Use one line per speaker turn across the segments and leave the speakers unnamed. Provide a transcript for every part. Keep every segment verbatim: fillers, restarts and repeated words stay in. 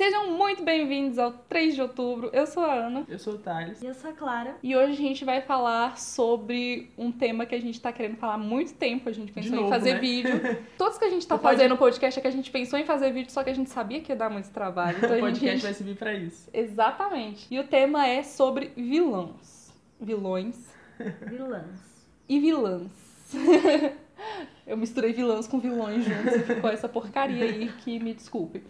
Sejam muito bem-vindos ao três de outubro. Eu sou a Ana.
Eu sou o Thales.
E eu sou a Clara.
E hoje a gente vai falar sobre um tema que a gente tá querendo falar há muito tempo. A gente pensou
De novo,
em fazer
né?
vídeo. Todos que a gente tá
O pod-
fazendo o podcast é que a gente pensou em fazer vídeo, só que a gente sabia que ia dar muito trabalho. Então
O
a
podcast
gente...
vai servir pra isso.
Exatamente. E o tema é sobre vilões. Vilões
Vilãs.
e vilãs. Eu misturei vilãs com vilões juntos e ficou essa porcaria aí, que me desculpe.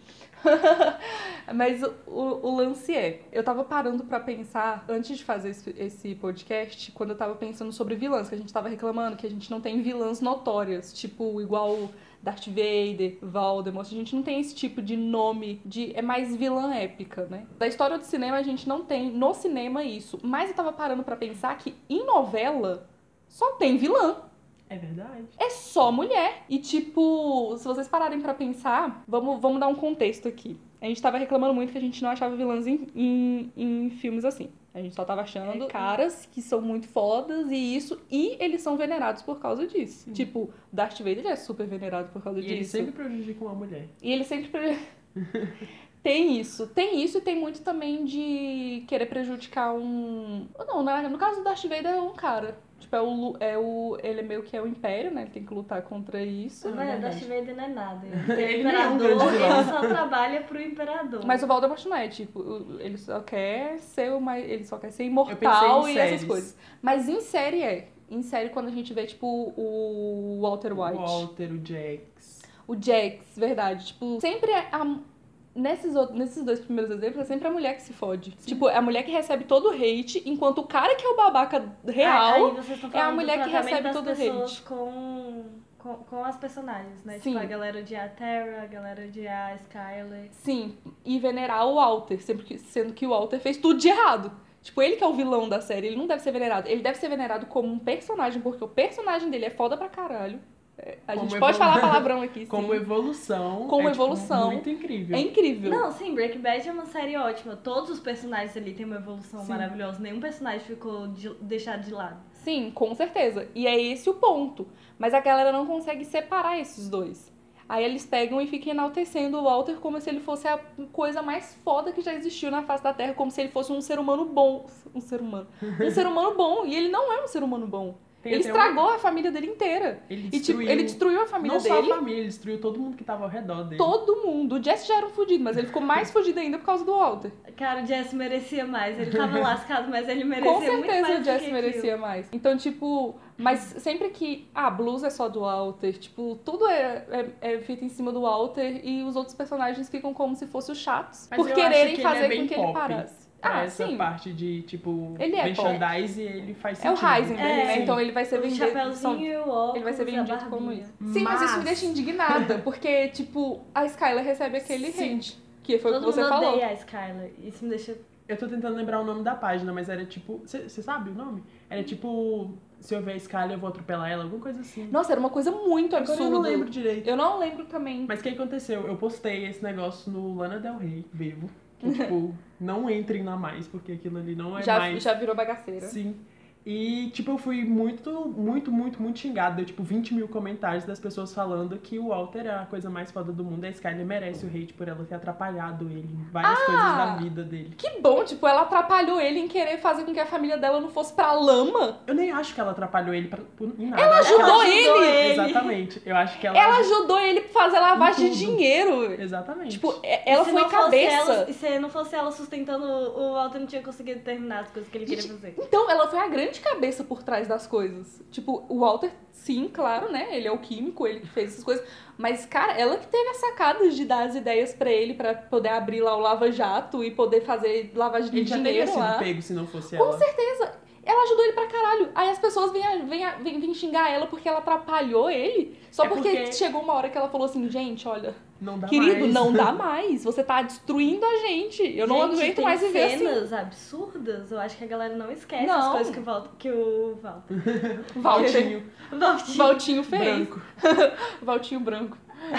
Mas o, o, o lance é, eu tava parando pra pensar, antes de fazer esse, esse podcast, quando eu tava pensando sobre vilãs, que a gente tava reclamando que a gente não tem vilãs notórias, tipo, igual Darth Vader, Voldemort, a gente não tem esse tipo de nome, de é mais vilã épica, né? Da história do cinema a gente não tem, no cinema, isso. Mas eu tava parando pra pensar que em novela só tem vilã.
É verdade.
É só mulher. E, tipo, se vocês pararem pra pensar, vamos, vamos dar um contexto aqui. A gente tava reclamando muito que a gente não achava vilãs em, em, em filmes assim. A gente só tava achando
É,
caras que são muito fodas e isso, e eles são venerados por causa disso.
Sim.
Tipo, Darth Vader é super venerado por causa
E
disso.
ele sempre prejudica uma mulher.
E ele sempre... pre- Tem isso. Tem isso e tem muito também de querer prejudicar um... Não, né? No caso do Darth Vader é um cara. Tipo, é o, lu- é o... Ele é meio que é o Império, né? Ele tem que lutar contra isso.
Ah,
Não, é,
verdade.
Darth Vader não é nada.
Ele
Ele
não é um
imperador,
grande vilão.
ele só trabalha pro imperador.
Mas o Voldemort não é, tipo, o- ele só quer ser uma, ele só quer ser
Eu
imortal
pensei
e
em
essas
séries.
coisas. Mas em série é. Em série, quando a gente vê, tipo, o Walter White.
O Walter, o Jax.
O Jax, verdade. Tipo, sempre é a... Nesses, outros- nesses dois primeiros exemplos, é sempre a mulher que se fode. Tipo, é a mulher que recebe todo o hate, enquanto o cara que é o babaca real...
Aí, aí vocês estão
é a
falando
mulher
do
que
tratamento
recebe
das
todo o
pessoas
hate.
com, com, com as personagens, né?
Sim.
Tipo, a galera odiar a Terra, a galera odiar a Skyler.
Sim, e venerar o Walter, sempre que, sendo que o Walter fez tudo de errado. Tipo, ele que é o vilão da série, ele não deve ser venerado. Ele deve ser venerado como um personagem, porque o personagem dele é foda pra caralho. É, a
Como
gente pode
evolu-
falar palavrão aqui,
Como
sim.
evolução.
Como
é, tipo,
evolução.
muito incrível.
É incrível.
Não, sim, Breaking Bad é uma série ótima. Todos os personagens ali têm uma evolução
Sim.
maravilhosa. Nenhum personagem ficou de- deixado de lado.
Sim, com certeza. E é esse o ponto. Mas a galera não consegue separar esses dois. Aí eles pegam e ficam enaltecendo o Walter como se ele fosse a coisa mais foda que já existiu na face da Terra, como se ele fosse um ser humano bom. Um ser humano. Um ser humano bom. E ele não é um ser humano bom.
Tem
Ele
até
estragou a família dele inteira.
um- Ele
E tipo,
destruiu...
ele destruiu a família
Não só
dele.
a família, ele destruiu todo mundo que tava ao redor dele.
Todo mundo. O Jesse já era um fudido, mas ele ficou mais fudido ainda por causa do Walter.
Cara, o Jesse merecia mais. Ele tava lascado, mas ele merecia
Com
muito
certeza
mais
o
do
Jesse
que
merecia
aquilo.
mais. Então, tipo, mas sempre que ah, a blusa é só do Walter, tipo, tudo é, é, é feito em cima do Walter e os outros personagens ficam como se fossem os chatos
Mas
por
eu
quererem
acho que
fazer
ele é bem
com que ele
pop.
parasse.
Pra
Ah,
essa
sim.
parte de, tipo,
Ele é
merchandise, ele faz
É o
sentido.
Heisenberg,
É,
né?
sim.
Então ele vai ser
O
vendido.
chapéuzinho e o óculos,
Ele vai ser
a
vendido como
barbinha.
isso. Sim, mas... isso me
Mas-
deixa indignada, porque, tipo, a Skylar recebe aquele
Sim.
hate. Que foi o
Todo
que você
mundo
falou.
odeia a Skyler. Isso me deixa...
Eu tô tentando lembrar o nome da página, mas era tipo... Você sabe o nome? Era tipo... Se eu ver a Skyler, eu vou atropelar ela, alguma coisa assim.
Nossa, era uma coisa muito
Agora
absurda.
eu não lembro direito.
Eu não lembro também.
Mas o que aconteceu? Eu postei esse negócio no Lana Del Rey, vivo. Que, tipo, não entrem lá mais, porque aquilo ali não é
já,
mais...
já virou bagaceira.
Sim. E, tipo, eu fui muito, muito, muito, muito xingada. Deu, tipo, vinte mil comentários das pessoas falando que o Walter é a coisa mais foda do mundo. A Skyler merece o hate por ela ter atrapalhado ele em várias
Ah!
coisas da vida dele.
Que bom, tipo, ela atrapalhou ele em querer fazer com que a família dela não fosse pra lama.
Eu nem acho que ela atrapalhou ele pra, por, em nada.
Ela
Eu acho que
ajudou
ela-
ele!
Exatamente. Eu acho que ela...
Ela ajudou ele a fazer lavagem de
tudo.
dinheiro.
Exatamente.
Tipo, é- ela
E se
foi
não fosse
cabeça.
ela- e se não fosse ela sustentando, o Walter não tinha conseguido terminar as coisas que ele queria
Gente,
fazer.
Então, ela foi a grande cabeça por trás das coisas. Tipo, o Walter, sim, claro, né? Ele é o químico, ele que fez essas coisas. Mas, cara, ela que teve as sacadas de dar as ideias pra ele, pra poder abrir lá o Lava Jato e poder fazer lavagem de
ele já teria
dinheiro
sido
lá.
pego se não fosse
Com
ela.
certeza. Ela ajudou ele pra caralho. Aí as pessoas vêm, vêm, vêm, vêm xingar ela porque ela atrapalhou ele. Só
É
porque,
porque-
chegou uma hora que ela falou assim, gente, olha,
Não dá
querido,
mais.
não dá mais. Você tá destruindo a gente. Eu não
Gente,
aguento
tem
mais viver assim.
cenas absurdas. Eu acho que a galera não esquece
Não.
as coisas que o Walter... Que o Walter...
Valtinho
Valtinho.
Valtinho fez.
branco.
Valtinho branco.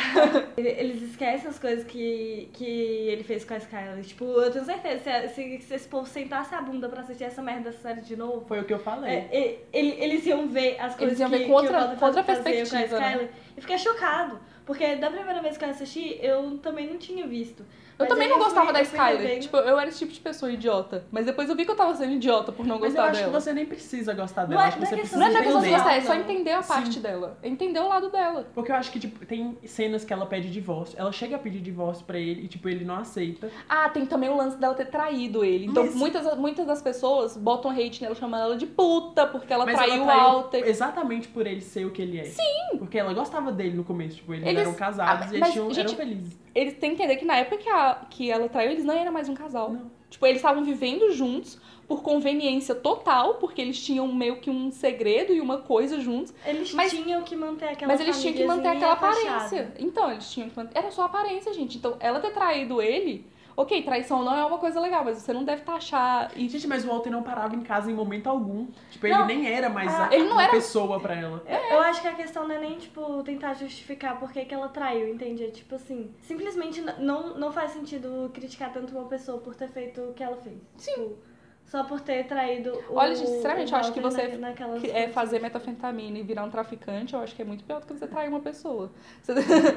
Eles esquecem as coisas que, que ele fez com a Skyler. Tipo, eu tenho certeza, se, se, se esse povo sentasse a bunda pra assistir essa merda dessa série de novo,
Foi o que eu falei.
é, e- ele- eles iam ver as coisas
iam
que,
ver com
que
outra-
o Walter
com outra
fazia com a
perspectiva, né?
Skyler e ficar chocado. Porque da primeira vez que eu assisti, eu também não tinha visto.
Eu
Mas
também
aí
não
eu
gostava
fui-
da
eu fui
Skyler.
revendo.
Tipo, eu era esse tipo de pessoa idiota. Mas depois eu vi que eu tava sendo idiota por não
Mas eu
gostar
acho
dela.
que você nem precisa gostar
Não
dela.
é-
Acho que
não é
você
questão
precisa
Não é questão de
entender.
gostar, é só
Não.
entender a parte
Sim.
dela. Entender o lado dela.
Porque eu acho que, tipo, tem cenas que ela pede divórcio. Ela chega a pedir divórcio pra ele e, tipo, ele não aceita.
Ah, tem também o lance dela ter traído ele. Então,
Mas-
muitas, muitas das pessoas botam hate nela, chamando ela de puta, porque ela
Mas
traiu
ela
o
traiu
Walter.
exatamente por ele ser o que ele é. Sim! Porque ela gostava dele no começo. Tipo, eles,
Eles-
eram casados
Ah,
e eles
mas,
tinham,
gente,
eram felizes.
Eles têm que entender que na época que, a, que ela traiu, eles não eram mais um casal.
Não.
Tipo, eles estavam vivendo juntos por conveniência total, porque eles tinham meio que um segredo e uma coisa juntos.
Eles
Mas-
tinham que manter aquela
Mas eles tinham que manter
famíliazinha
aquela
fachada.
aparência. Então, eles tinham que manter. Era só aparência, gente. Então, ela ter traído ele. Ok, traição não é uma coisa legal, mas você não deve taxar. E...
Gente, mas o Walter não parava em casa em momento algum. Tipo, ele
Não.
nem era mais
Ah,
a,
ele não
uma
era-
pessoa pra ela.
Eu, eu acho que a questão não é nem, tipo, tentar justificar por que que ela traiu, entende? É tipo assim, simplesmente n- não, não faz sentido criticar tanto uma pessoa por ter feito o que ela fez. Sim. Tipo, só por ter traído o
Olha, gente, sinceramente,
o
eu acho que
Walter
você
na, naquelas
que é
condições.
fazer metafetamina e virar um traficante, eu acho que é muito pior do que você trair uma pessoa. Você-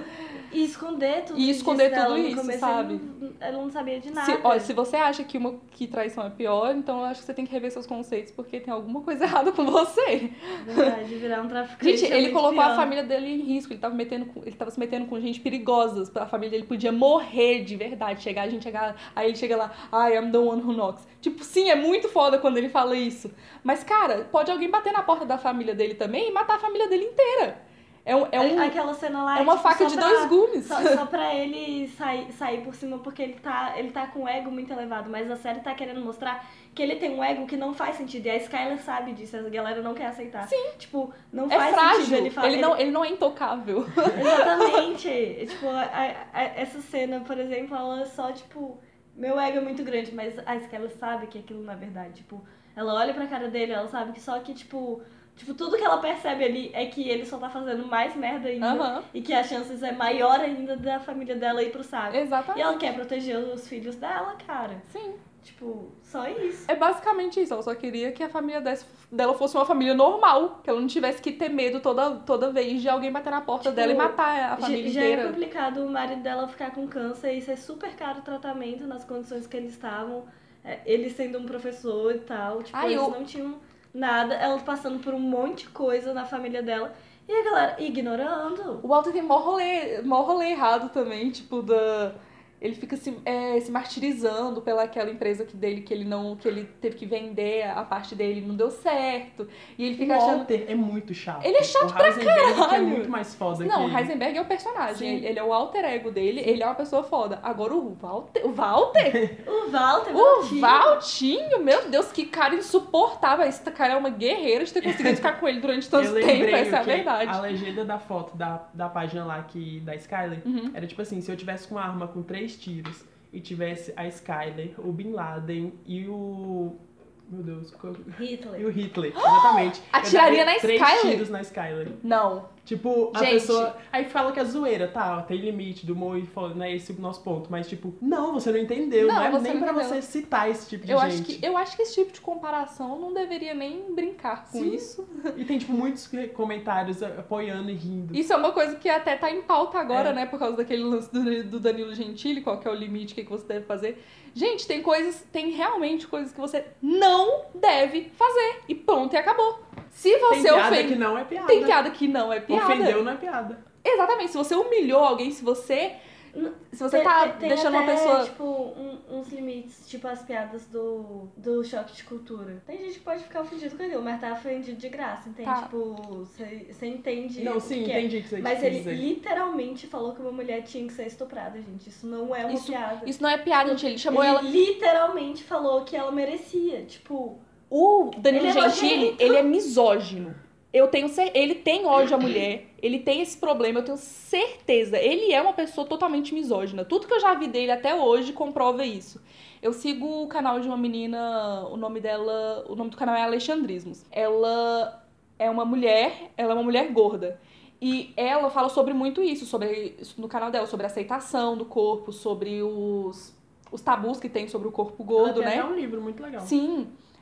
E esconder tudo
E esconder
disso dela
tudo
no
isso,
começo,
sabe?
Ela não, ela não sabia de nada.
Se, olha, se você acha que, uma, que traição é pior, então eu acho que você tem que rever seus conceitos, porque tem alguma coisa errada com você.
Verdade, virar um traficante.
Gente,
é
ele
muito
colocou
pior.
a família dele em risco, ele tava, metendo com, ele tava se metendo com gente perigosa, a família dele podia morrer de verdade, chegar, a gente chegar, aí ele chega lá, I am the one who knocks. Tipo, sim, é muito foda quando ele fala isso, mas cara, pode alguém bater na porta da família dele também e matar a família dele inteira. É, um, é, um,
Aquela cena lá
é uma
tipo,
faca
só
de
pra-
dois gumes.
Só, só pra ele sair, sair por cima, porque ele tá, ele tá com um ego muito elevado. Mas a série tá querendo mostrar que ele tem um ego que não faz sentido. E a Skyler sabe disso, a galera não quer aceitar. Sim. Tipo, não
É
faz
frágil,
sentido ele falar.
ele, não, ele não é intocável.
Exatamente. E, tipo, a- a- essa cena, por exemplo, ela é só, tipo... Meu ego é muito grande, mas a Skyler sabe que aquilo não é verdade. Tipo, ela olha pra cara dele, ela sabe que só que, tipo... Tipo, tudo que ela percebe ali é que ele só tá fazendo mais merda ainda.
Aham.
E que as chances é maior ainda da família dela ir pro saco. E
Exatamente.
ela quer proteger os filhos dela, cara.
Sim.
Tipo, só isso.
É basicamente isso. Ela só queria que a família desse- dela fosse uma família normal. Que ela não tivesse que ter medo toda, toda vez de alguém bater na porta
Tipo,
dela e matar a
Já,
família
já é
inteira.
complicado o marido dela ficar com câncer e ser super caro o tratamento nas condições que eles estavam. É, ele sendo um professor e tal. Tipo,
Ai,
eles
eu-
não tinham nada. Ela passando por um monte de coisa na família dela. E a galera ignorando.
O Walter tem mó rolê, mó rolê errado também, tipo, da... Ele fica se, é, se martirizando pela aquela empresa que dele que ele não que ele teve que vender a parte dele, não deu certo. E ele fica
o
achando
Walter é muito chato.
Ele é chato
o Heisenberg, que é
caralho.
muito mais foda
Não,
que
o
ele.
Heisenberg é o personagem,
Sim.
ele, ele é o alter ego dele, ele é uma pessoa foda. Agora o Walter, o Walter,
O Walter,
o
Valtinho.
Valtinho, meu Deus, que cara insuportável. Esse cara é uma guerreira de ter conseguido ficar com ele durante tanto
Eu
tempo,
lembrei
essa é a
que
verdade.
a legenda da foto da, da página lá que, da Skyler
Uhum.
era tipo assim, se eu tivesse com uma arma com três tiros e tivesse a Skyler, o Bin Laden e o... Meu Deus, qual- e
Hitler.
o Hitler, exatamente.
Atiraria
eu daria
na
três
Skyler?
tiros na Skyler.
Não.
Tipo, a
Gente.
pessoa... Aí fala que é zoeira, tá, tem limite do humor e fala, não é esse o nosso ponto. Mas tipo, não, você não entendeu.
Não,
Não, é
você
nem
não
pra
entendeu.
você citar esse tipo de
Eu
gente.
acho, que, eu acho que esse tipo de comparação não deveria nem brincar com
Sim.
isso.
E tem, tipo, muitos comentários apoiando e rindo.
Isso é uma coisa que até tá em pauta agora,
É.
né? Por causa daquele lance do, do Danilo Gentili, qual que é o limite, o que, que você deve fazer. Gente, tem coisas, tem realmente coisas que você não deve fazer. E pronto, e acabou. Se
Tem
você
piada
ofende...
que não é piada.
Tem piada que não é piada.
Ofendeu não é piada.
Exatamente, se você humilhou alguém, se você... Se você
Tem-
tá
tem- tem
deixando uma
até,
pessoa...
tipo, um- uns limites, tipo as piadas do, do choque de cultura. Tem gente que pode ficar ofendido com aquilo, mas tá ofendido de graça, entende?
Tá.
Tipo, você entende
Não,
o
sim,
que é.
entendi o que você
Mas
quis
ele
dizer.
literalmente falou que uma mulher tinha que ser estuprada, gente. Isso não é uma
Isso,
piada.
isso não é piada, gente. Ele chamou
ele
ela...
literalmente falou que ela merecia. Tipo,
O Danilo
Ele é
Gentili,
nojento.
ele é misógino. Eu tenho cer- ele tem ódio à mulher, ele tem esse problema, eu tenho certeza. Ele é uma pessoa totalmente misógina. Tudo que eu já vi dele até hoje comprova isso. Eu sigo o canal de uma menina, o nome dela, o nome do canal é Alexandrismos. Ela é uma mulher, ela é uma mulher gorda. E ela fala sobre muito isso, sobre isso no canal dela, sobre a aceitação do corpo, sobre os, os tabus que tem sobre o corpo gordo,
Ela tem
né?
até um livro muito legal.
Sim.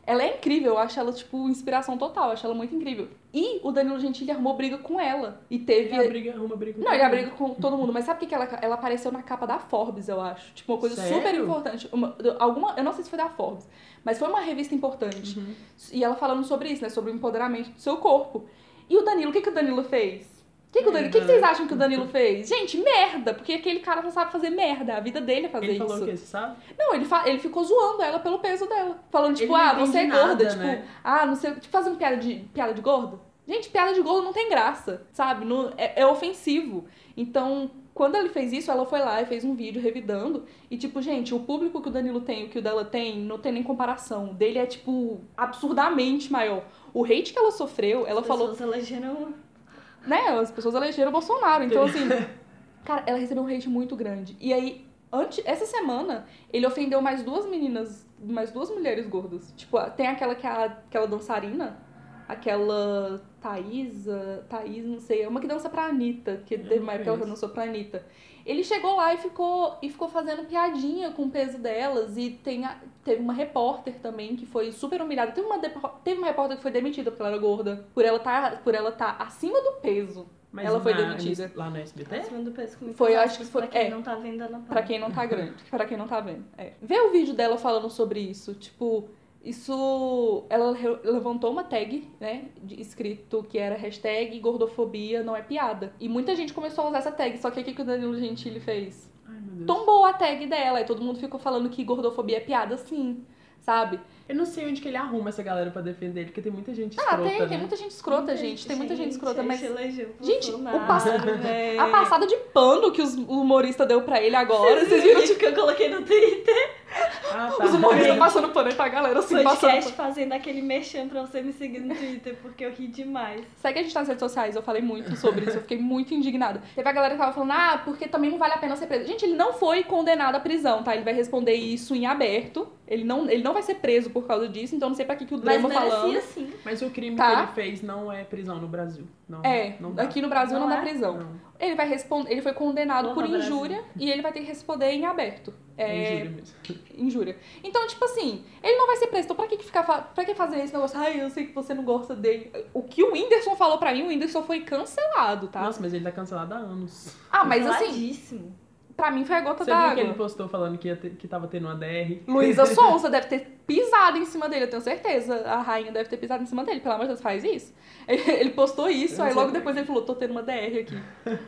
Ela é incrível, eu acho ela, tipo, inspiração total, eu acho ela muito incrível. E o Danilo Gentili arrumou briga com ela. E teve...
Ele briga, arruma briga com
Não,
todo
ele
mundo.
briga com todo mundo, mas sabe o que que ela... Ela apareceu na capa da Forbes, eu acho. Tipo, uma coisa
Sério?
super importante. Uma, alguma, eu não sei se foi da Forbes, mas foi uma revista importante.
Uhum.
E ela falando sobre isso, né? Sobre o empoderamento do seu corpo. E o Danilo, o que que o Danilo fez? O que, que, o Danilo, que, que vocês acham que o Danilo fez? Gente, merda! Porque aquele cara não sabe fazer merda. A vida dele é fazer
Ele
isso.
falou o quê, você sabe?
Não, ele, fa... ele ficou zoando ela pelo peso dela. Falando, tipo,
Ele não
ah, você é
entende
gorda.
nada,
Tipo,
né?
ah, não sei. Tipo, fazendo piada de, piada de gordo. Gente, piada de gordo não tem graça, sabe? Não... É, é ofensivo. Então, quando ele fez isso, ela foi lá e fez um vídeo revidando. E, tipo, gente, o público que o Danilo tem e o que o dela tem, não tem nem comparação. O dele é, tipo, absurdamente maior. O hate que ela sofreu, ela
As
falou...
pessoas elegeram...
Né, as pessoas elegeram o Bolsonaro. Então, assim, cara, ela recebeu um hate muito grande. E aí, antes, essa semana, ele ofendeu mais duas meninas, mais duas mulheres gordas. Tipo, tem aquela que é a, aquela dançarina, aquela Thaísa, Thaís, não sei, é uma que dança pra Anitta, que teve uma época que ela dançou pra Anitta. Ele chegou lá e ficou, e ficou fazendo piadinha com o peso delas. E tem a, teve uma repórter também que foi super humilhada. Teve uma, teve uma repórter que foi demitida porque ela era gorda. Por ela tá, por ela tá acima do peso.
Mas
ela foi
na-
demitida.
Lá no S B T?
Acima do peso com
Foi,
muitas
acho que
aspas,
foi-
Pra quem
é.
não tá vendo, Ana Paula.
Pra quem não tá grande, pra quem não tá vendo. É. Vê o vídeo dela falando sobre isso. Tipo, isso... Ela re- levantou uma tag, né? de- escrito que era hashtag gordofobia não é piada. E muita gente começou a usar essa tag. Só que o que que o Danilo Gentili fez?
Ai, meu Deus.
Tombou a tag dela. E todo mundo ficou falando que gordofobia é piada sim, sabe?
Eu não sei onde que ele arruma essa galera pra defender ele, porque tem muita gente
Ah,
escrota,
tem,
né?
tem muita gente escrota, gente. Tem muita gente escrota, mas...
Elegeu
Gente, o
Bolsonaro,
passado-
véi.
A passada de pano que os humoristas deu pra ele agora, vocês viram?
Vídeo que eu coloquei no Twitter.
Ah, tá.
Os humoristas
Gente,
passando pano aí pra galera, assim, passando
Podcast
pano.
fazendo aquele merchan pra você me seguir no Twitter, porque eu ri demais.
Segue a gente nas redes sociais, eu falei muito sobre isso, eu fiquei muito indignada. Teve a galera que tava falando, ah, porque também não vale a pena ser preso. Gente, ele não foi condenado à prisão, tá? Ele vai responder isso em aberto. Ele não, ele não vai ser preso por causa disso, então não sei pra que, que o
Mas
drama
merecia
falando.
sim.
Mas o crime
Tá.
que ele fez não é prisão no Brasil. Não,
É,
não dá.
aqui no Brasil não,
Não
dá
é?
prisão.
Não.
Ele vai responder, ele foi condenado
Porra,
por
Brasil.
injúria e ele vai ter que responder em aberto.
É
É,
injúria mesmo.
injúria. Então, tipo assim, ele não vai ser preso. Então, pra que, que ficar fa- pra que fazer esse negócio? Ai, eu sei que você não gosta dele. O que o Whindersson falou pra mim, o Whindersson foi cancelado, tá?
Nossa, mas ele tá cancelado há anos.
Ah, mas assim,
Canceladíssimo.
pra mim foi a gota
Você viu que
d'água.
ele postou falando que, ia ter, que tava tendo uma D R?
Luísa Sonza deve ter pisado em cima dele, eu tenho certeza. A rainha deve ter pisado em cima dele. Pelo amor de Deus, faz isso. Ele, ele postou isso,
Eu não
aí
sei
logo
como é
depois ele falou, tô tendo uma D R aqui.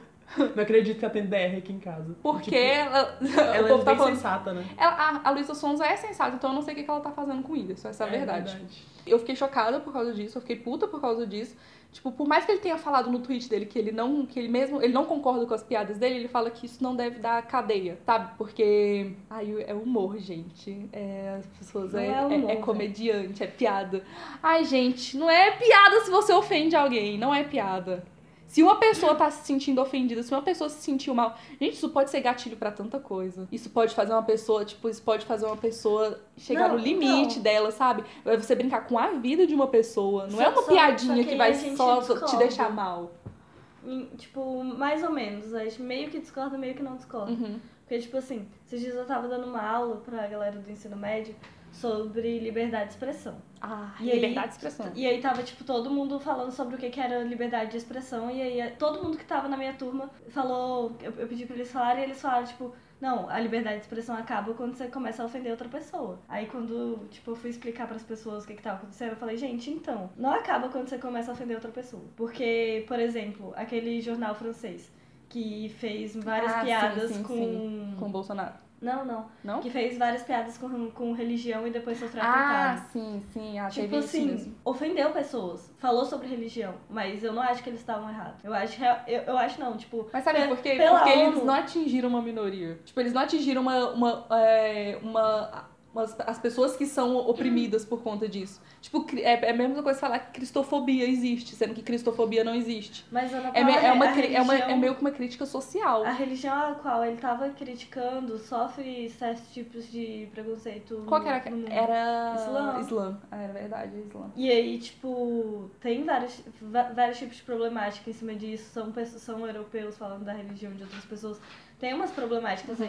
Não acredito que ela tem D R aqui em casa.
Porque
Tipo,
ela,
ela
o povo
é
tá
bem
falando...
sensata, né?
Ela- a, a Luísa Sonza é sensata, então eu não sei o que que ela tá fazendo com o Whindersson, essa é a verdade. Eu fiquei chocada por causa disso, eu fiquei puta por causa disso. Tipo, por mais que ele tenha falado no tweet dele que ele não, que ele mesmo, ele não concorda com as piadas dele, ele fala que isso não deve dar cadeia, sabe? Porque, ai, é humor, gente. É, as pessoas,
Não
é,
é humor,
é, é
né?
comediante, é piada. Ai, gente, não é piada se você ofende alguém, não é piada. Se uma pessoa tá se sentindo ofendida, se uma pessoa se sentiu mal... Gente, isso pode ser gatilho pra tanta coisa. Isso pode fazer uma pessoa, tipo, isso pode fazer uma pessoa chegar
Não,
no limite
então.
dela, sabe? Vai você brincar com a vida de uma pessoa. Não
Só-
é uma
só-
piadinha
só
que,
que
vai
a gente
só te
discorda.
deixar mal.
Em, Tipo, mais ou menos. A gente meio que discorda, meio que não discorda.
Uhum.
Porque, tipo assim, esses dias eu tava dando uma aula pra galera do ensino médio sobre liberdade de expressão.
Ah,
E aí-
liberdade de expressão.
E aí tava, tipo, todo mundo falando sobre o que que era liberdade de expressão. E aí todo mundo que tava na minha turma falou... Eu, eu pedi pra eles falarem e eles falaram, tipo... Não, a liberdade de expressão acaba quando você começa a ofender outra pessoa. Aí quando, tipo, eu fui explicar pras pessoas o que que tava acontecendo, eu falei, gente, então, não acaba quando você começa a ofender outra pessoa. Porque, por exemplo, aquele jornal francês que fez várias
Ah, sim,
piadas
sim,
com...
sim. Com o Bolsonaro.
Não, não.
Não?
Que fez várias piadas com, com religião e depois sofreu
Ah,
atentado.
sim, sim. Ah,
Tipo
teve isso
assim,
mesmo.
ofendeu pessoas, falou sobre religião, mas eu não acho que eles estavam errados. Eu acho, rea- eu, eu acho não, tipo...
Mas sabe
pe-
por quê?
pela
Porque eles
ONU.
não atingiram uma minoria. Tipo, eles não atingiram uma... uma, é, uma umas- as pessoas que são oprimidas por conta disso. Tipo, cri- é, é a mesma coisa falar que cristofobia existe, sendo que cristofobia não existe.
Mas Ana
É, me-
Paula,
é, uma,
a
cri- é, uma- é
religião-
meio que uma crítica social.
A religião a qual ele tava criticando sofre certos tipos de preconceito.
Qual que era?
no mundo.
Era...
Islã.
Islã. Ah, era verdade, é Islã.
E aí, tipo, tem vários, va- vários tipos de problemática em cima disso. São, pessoas, são europeus falando da religião de outras pessoas. Tem umas problemáticas
Uhum.
aí.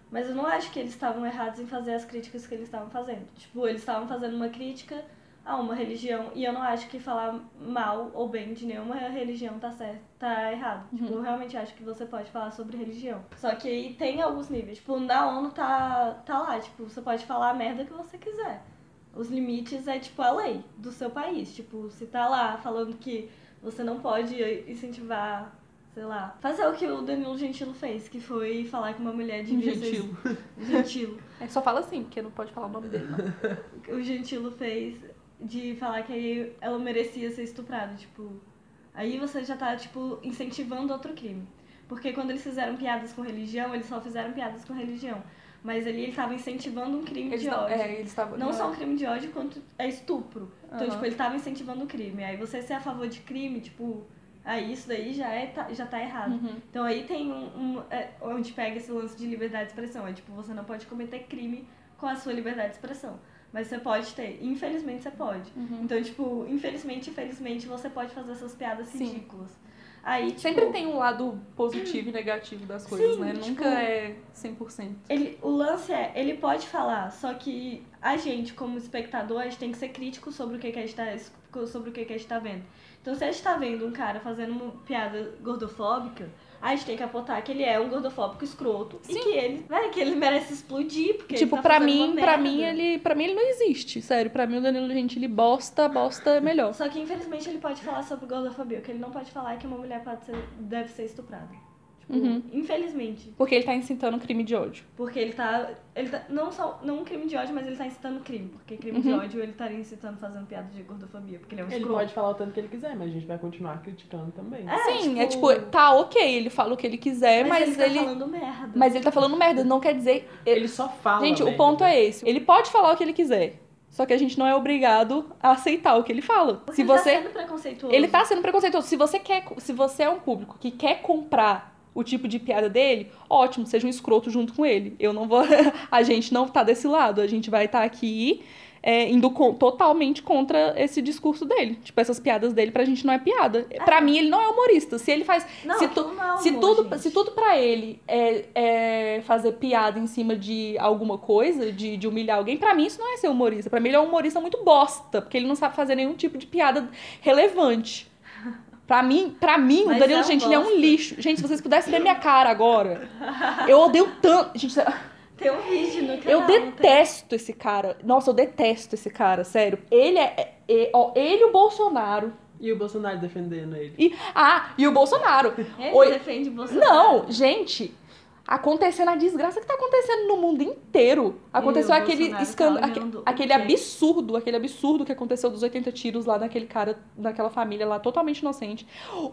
Mas eu não acho que eles estavam errados em fazer as críticas que eles estavam fazendo. Tipo, eles estavam fazendo uma crítica a uma religião, e eu não acho que falar mal ou bem de nenhuma religião tá certo, tá errado.
Uhum.
Tipo, eu realmente acho que você pode falar sobre religião. Só que aí tem alguns níveis. Tipo, na ONU tá, tá lá, tipo, você pode falar a merda que você quiser. Os limites é, tipo, a lei do seu país. Tipo, se tá lá falando que você não pode incentivar, sei lá, fazer o que o Danilo Gentili fez, que foi falar que uma mulher devia
Gentilo.
ser... Gentilo.
É, só fala assim, porque não pode falar o nome dele, não.
O Gentilo fez de falar que ela merecia ser estuprada, tipo... Aí você já tá, tipo, incentivando outro crime. Porque quando eles fizeram piadas com religião, eles só fizeram piadas com religião. Mas ali ele tava incentivando um crime
Eles
de
não,
ódio.
é, eles tavam,
Não
não
só
é.
um crime de ódio, quanto é estupro. Então,
Aham.
tipo, ele tava incentivando o crime. Aí você ser a favor de crime, tipo... Aí isso daí já, é, tá, já tá errado.
Uhum.
Então aí tem um... um é, onde pega esse lance de liberdade de expressão. É tipo, você não pode cometer crime com a sua liberdade de expressão. Mas você pode ter. Infelizmente, você pode.
Uhum.
Então, tipo, infelizmente, infelizmente, você pode fazer essas piadas
Sim.
ridículas. Aí, tipo,
Sempre tem um lado positivo e negativo das coisas,
Sim,
né?
tipo,
Nunca é cem por cento.
Ele, o lance é, ele pode falar, só que a gente, como espectador, a gente tem que ser crítico sobre o que, que a gente tá, sobre o que, que a gente tá vendo. Então, se a gente tá vendo um cara fazendo uma piada gordofóbica, a gente tem que apontar que ele é um gordofóbico escroto.
Sim.
E que ele, né, que ele merece explodir, porque
Tipo,
ele tá
pra
fazendo
mim,
uma
pra
merda.
mim, ele, pra mim ele não existe, sério. Pra mim o Danilo Gentili bosta, bosta é melhor.
Só que, infelizmente, ele pode falar sobre gordofobia. O que ele não pode falar é que uma mulher pode ser, deve ser estuprada. Tipo,
Uhum.
infelizmente.
Porque ele tá incitando um crime de ódio.
Porque ele tá, ele tá... Não só não um crime de ódio, mas ele tá incitando crime. Porque crime de
Uhum.
ódio ele estaria incitando fazendo piada de gordofobia. Porque ele é um
Ele
escroto.
pode falar o tanto que ele quiser, mas a gente vai continuar criticando também.
É,
Sim, é
tipo-
tipo, tá ok, ele fala o que ele quiser,
Mas,
mas,
ele
ele.
tá falando merda.
Mas ele tá falando merda, não quer dizer.
Ele só fala.
Gente, o
merda.
ponto é esse. Ele pode falar o que ele quiser. Só que a gente não é obrigado a aceitar o que ele fala.
Porque
Se
ele tá
você.
sendo preconceituoso.
Ele tá sendo preconceituoso. Se você quer. Se você é um público que quer comprar o tipo de piada dele, ótimo, seja um escroto junto com ele. Eu não vou. A gente não tá desse lado. A gente vai estar aqui é, indo com- totalmente contra esse discurso dele. Tipo, essas piadas dele pra gente não é piada. Pra mim, ele não é humorista. Se ele faz.
Não,
se, tu-
aquilo não é
se
humor,
tudo,
gente.
se tudo pra ele é, é fazer piada em cima de alguma coisa, de, de humilhar alguém, pra mim isso não é ser humorista. Pra mim ele é um humorista muito bosta, porque ele não sabe fazer nenhum tipo de piada relevante. Pra mim, pra mim o
Mas
Danilo
é um
Gentili é um
bosta.
lixo. Gente, se vocês pudessem ver minha cara agora, eu odeio tanto. Gente,
Tem um vídeo no canal.
eu
não tem?
detesto esse cara. Nossa, eu detesto esse cara, sério. Ele é, é- é- ó, ele e o Bolsonaro.
E o Bolsonaro defendendo ele.
E, ah, e o Bolsonaro.
Ele
Oi.
defende o Bolsonaro.
Não, gente, acontecendo a desgraça que tá acontecendo no mundo inteiro. Aconteceu
E o
aquele
Bolsonaro tá
escândalo,
olhando o
aquele
quê?
absurdo, aquele absurdo que aconteceu dos oitenta tiros lá naquele cara, naquela família lá, totalmente inocente.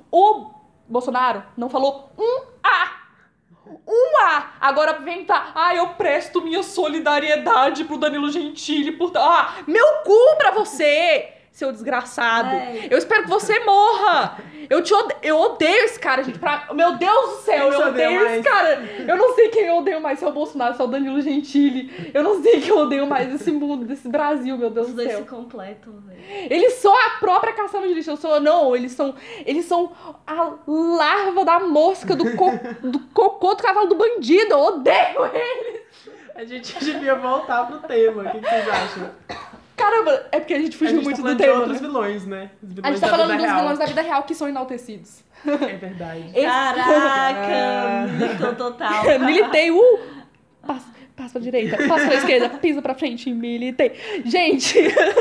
O Bolsonaro não falou um A! Um A! Agora vem tá, ah, eu presto minha solidariedade pro Danilo Gentili, por... Ah, meu cu pra você! Seu desgraçado.
Ai.
Eu espero que você morra. Eu te ode... eu odeio esse cara, gente. Pra... Meu Deus do céu,
Quem
eu
você odeia
odeio esse
mais?
cara. Eu não sei quem eu odeio mais, se é o Bolsonaro, se é o Danilo Gentili. Eu não sei quem eu odeio mais desse mundo, desse Brasil, meu Deus
Os
do
dois
céu.
se completam, velho.
Eles são a própria caçamba de lixo. Eu sou, não, eles são, eles são a larva da mosca, do, co... do cocô do cavalo do bandido. Eu odeio eles.
A gente devia voltar pro tema. O que, que vocês acham?
Caramba, é porque a gente
A
fugiu
gente
muito
tá
do
falando de
tema,
outros
né?
vilões, né? Os vilões
A gente tá
da
falando
vida
dos
real.
vilões da vida real que são enaltecidos.
É verdade.
Esse-
Caraca, militou total.
Militei, uh! Passa, passa pra direita, passa pra esquerda, pisa pra frente, militei. Gente!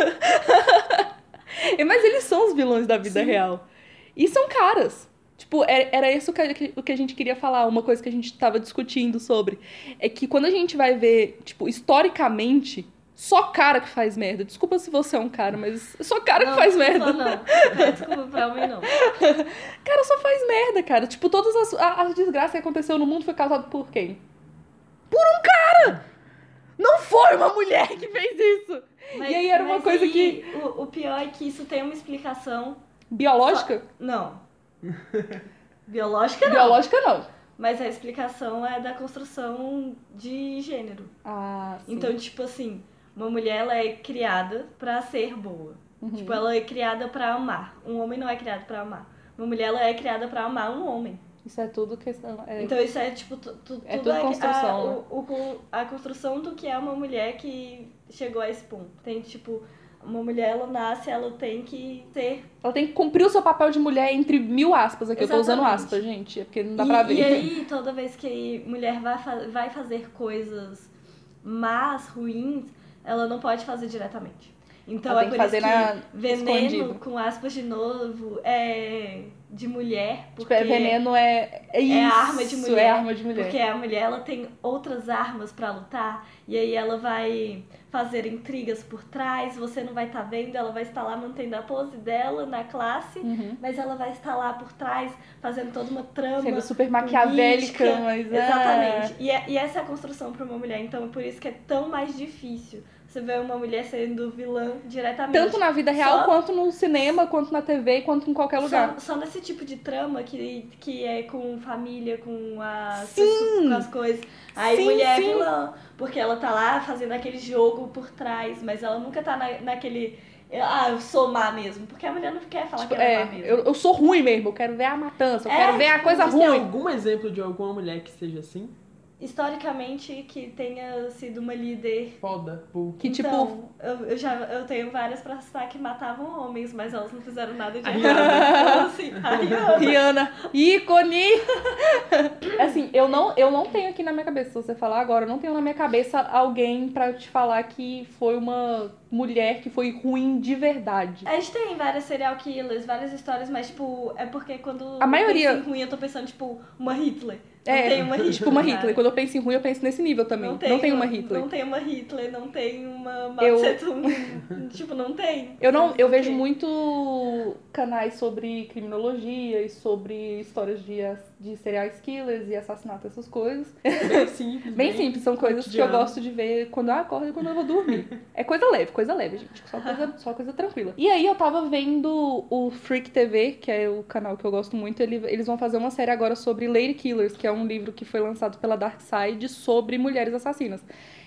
Mas eles são os vilões da vida
Sim.
real. E são caras. Tipo, era, era isso que a, que- o que a gente queria falar, uma coisa que a gente tava discutindo sobre. É que quando a gente vai ver, tipo, historicamente, só cara que faz merda. Desculpa se você é um cara, mas só cara
Não,
que faz
desculpa,
merda.
Não, desculpa pra mim, não.
Cara, só faz merda, cara. Tipo, todas as, a- as desgraças que aconteceu no mundo foi causado por quem? Por um cara! Não foi uma mulher que fez isso!
Mas-
E aí era uma
mas
coisa
aí,
que...
O, o pior é que isso tem uma explicação...
Biológica?
Não. Biológica não.
Biológica não.
Mas a explicação é da construção de gênero.
Ah, sim.
Então, tipo assim, uma mulher ela é criada pra ser boa.
Uhum.
Tipo, ela é criada pra amar. Um homem não é criado pra amar. Uma mulher ela é criada pra amar um homem.
Isso é tudo questão... É...
Então isso é tipo, tu, tu,
É
tudo
tudo
é
construção,
a,
né?
o, o, a construção do que é uma mulher que chegou a esse ponto. Tem tipo, uma mulher ela nasce, ela tem que ser...
Ela tem que cumprir o seu papel de mulher entre mil aspas aqui.
Exatamente.
Eu tô usando aspas, gente, é porque não dá
e,
pra ver.
E aí, toda vez que mulher vai, fa- vai fazer coisas más, ruins, ela não pode fazer diretamente. Então
Ela
é
tem que
por
fazer
isso
na...
que veneno,
escondido.
com aspas de novo, é de mulher, porque
Tipo, é veneno é... É isso,
é arma de mulher.
é arma de mulher.
Porque a mulher ela tem outras armas pra lutar, e aí ela vai fazer intrigas por trás, você não vai estar vendo, ela vai estar lá mantendo a pose dela na classe,
Uhum.
mas ela vai estar lá por trás fazendo toda uma trama.
Sendo super maquiavélica,
política.
mas...
Exatamente. E, é, e essa é a construção pra uma mulher, então é por isso que é tão mais difícil você ver uma mulher sendo vilã diretamente.
Tanto na vida real,
Só-
quanto no cinema, quanto na T V, quanto em qualquer lugar.
Só, só nesse tipo de trama que, que é com família, com as,
Sim!
pessoas- com as coisas. Aí
Sim,
mulher
sim.
é vilã, porque ela tá lá fazendo aquele jogo por trás, mas ela nunca tá na, naquele... Ah, eu sou má mesmo. Porque a mulher não quer falar
Tipo,
que ela é,
é,
má mesmo.
eu, eu sou ruim mesmo, eu quero ver a matança, eu
É,
quero ver a
tipo,
coisa
Vocês têm
ruim.
algum exemplo de alguma mulher que seja assim?
Historicamente, que tenha sido uma líder.
Foda. Pô.
Que tipo,
Então, eu, eu já eu tenho várias pra citar que matavam homens, mas elas não fizeram nada de
A
errado. Então, assim, a Rihanna.
Rihanna, ícone! Assim, eu não, eu não tenho aqui na minha cabeça, se você falar agora, eu não tenho na minha cabeça alguém pra te falar que foi uma mulher que foi ruim de verdade.
A gente tem várias serial killers, várias histórias, mas, tipo, é porque quando
A maioria-
eu penso em ruim, eu tô pensando, tipo, uma Hitler. Não
É,
tem uma Hitler.
tipo uma
sabe?
Hitler. Quando eu penso em ruim, eu penso nesse nível também. Não tem, uma Hitler.
Não tem uma Hitler, não tem uma Mao
Eu-
Tse Tung. Tipo, não tem.
Eu não, eu
sei
vejo
o quê.
muito canais sobre criminologia e sobre histórias de, ass- de serial killers e assassinato, essas coisas.
Bem simples.
Bem simples, são coisas que eu
cotidiano.
gosto de ver quando eu acordo e quando eu vou dormir. É coisa leve, coisa leve, gente. Só coisa, só coisa tranquila. E aí eu tava vendo o Freak T V, que é o canal que eu gosto muito. Ele, eles vão fazer uma série agora sobre Lady Killers, que é um livro que foi lançado pela Dark Side sobre mulheres assassinas.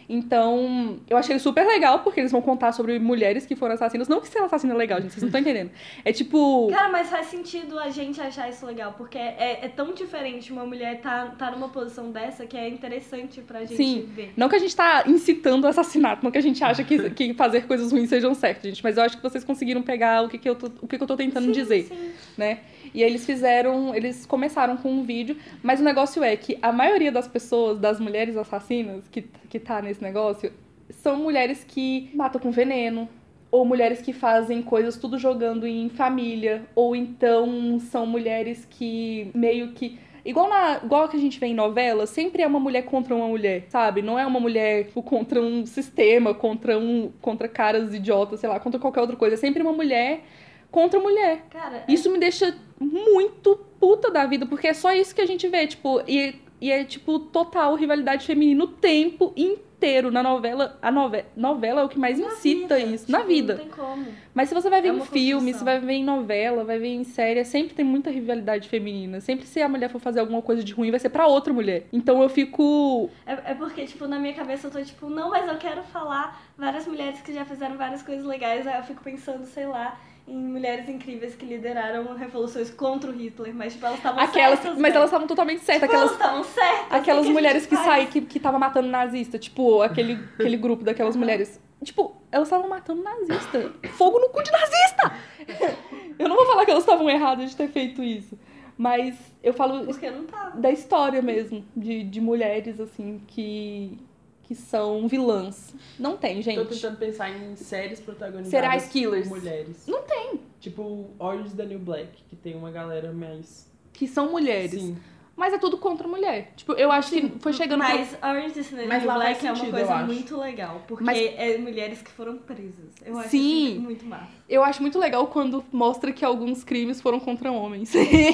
Então, eu achei super legal, porque eles vão contar sobre mulheres que foram assassinas. Não que ser assassina é legal, gente, vocês não estão entendendo. É tipo...
Cara, mas faz sentido a gente achar isso legal, porque é, é tão diferente uma mulher tá, tá numa posição dessa que é interessante pra gente
Sim.
ver.
Não que a gente tá incitando o assassinato, não que a gente acha que, que fazer coisas ruins sejam certas, gente. Mas eu acho que vocês conseguiram pegar o que, que, eu, tô, o que, que eu tô tentando
Sim,
dizer,
sim.
né? E aí eles fizeram, eles começaram com um vídeo, mas o negócio é que a maioria das pessoas, das mulheres assassinas que, que tá nesse negócio, são mulheres que matam com veneno, ou mulheres que fazem coisas tudo jogando em família, ou então são mulheres que meio que... Igual, na, igual que a gente vê em novela, sempre é uma mulher contra uma mulher, sabe? Não é uma mulher tipo, contra um sistema, contra, um, contra caras idiotas, sei lá, contra qualquer outra coisa. É sempre uma mulher contra mulher.
Cara,
Isso me deixa muito puta da vida, porque é só isso que a gente vê, tipo, e, e é, tipo, total rivalidade feminina o tempo inteiro na novela. A nove, novela é o que mais
na
incita
vida,
isso,
tipo,
na vida.
Não tem como.
Mas se você vai ver
É
em
uma
filme,
construção.
se vai ver em novela, vai ver em série, sempre tem muita rivalidade feminina. Sempre se a mulher for fazer alguma coisa de ruim, vai ser pra outra mulher. Então eu fico...
É, é porque, tipo, na minha cabeça eu tô tipo, não, mas eu quero falar várias mulheres que já fizeram várias coisas legais. Aí eu fico pensando, sei lá, em mulheres incríveis que lideraram revoluções contra o Hitler, mas tipo, elas estavam
Aquelas,
certas.
mas
velho.
elas estavam totalmente certas.
Tipo,
Aquelas,
elas estavam certas.
aquelas
o que que a
mulheres
gente
que
faz?
saem, que, que tava matando nazista. Tipo, aquele, aquele grupo daquelas mulheres. Tipo, elas estavam matando nazista. Fogo no cu de nazista! Eu não vou falar que elas estavam erradas de ter feito isso. Mas eu falo
Porque não tava.
da história mesmo. De, de mulheres, assim, que... que são vilãs. Não tem,
Tô
gente.
tentando pensar em séries protagonizadas
Serial killers.
por mulheres.
Não tem.
Tipo Orange is the New Black, que tem uma galera mais...
Que são mulheres.
Sim.
Mas é tudo contra mulher. Tipo, eu acho que foi chegando... pro-
Mas Orange is the New
Mas lá
Black
faz
é uma
sentido,
coisa
eu acho.
muito legal. Porque
Mas-
é mulheres que foram presas. Eu acho
Sim.
isso muito massa.
Eu acho muito legal quando mostra que alguns crimes foram contra homens.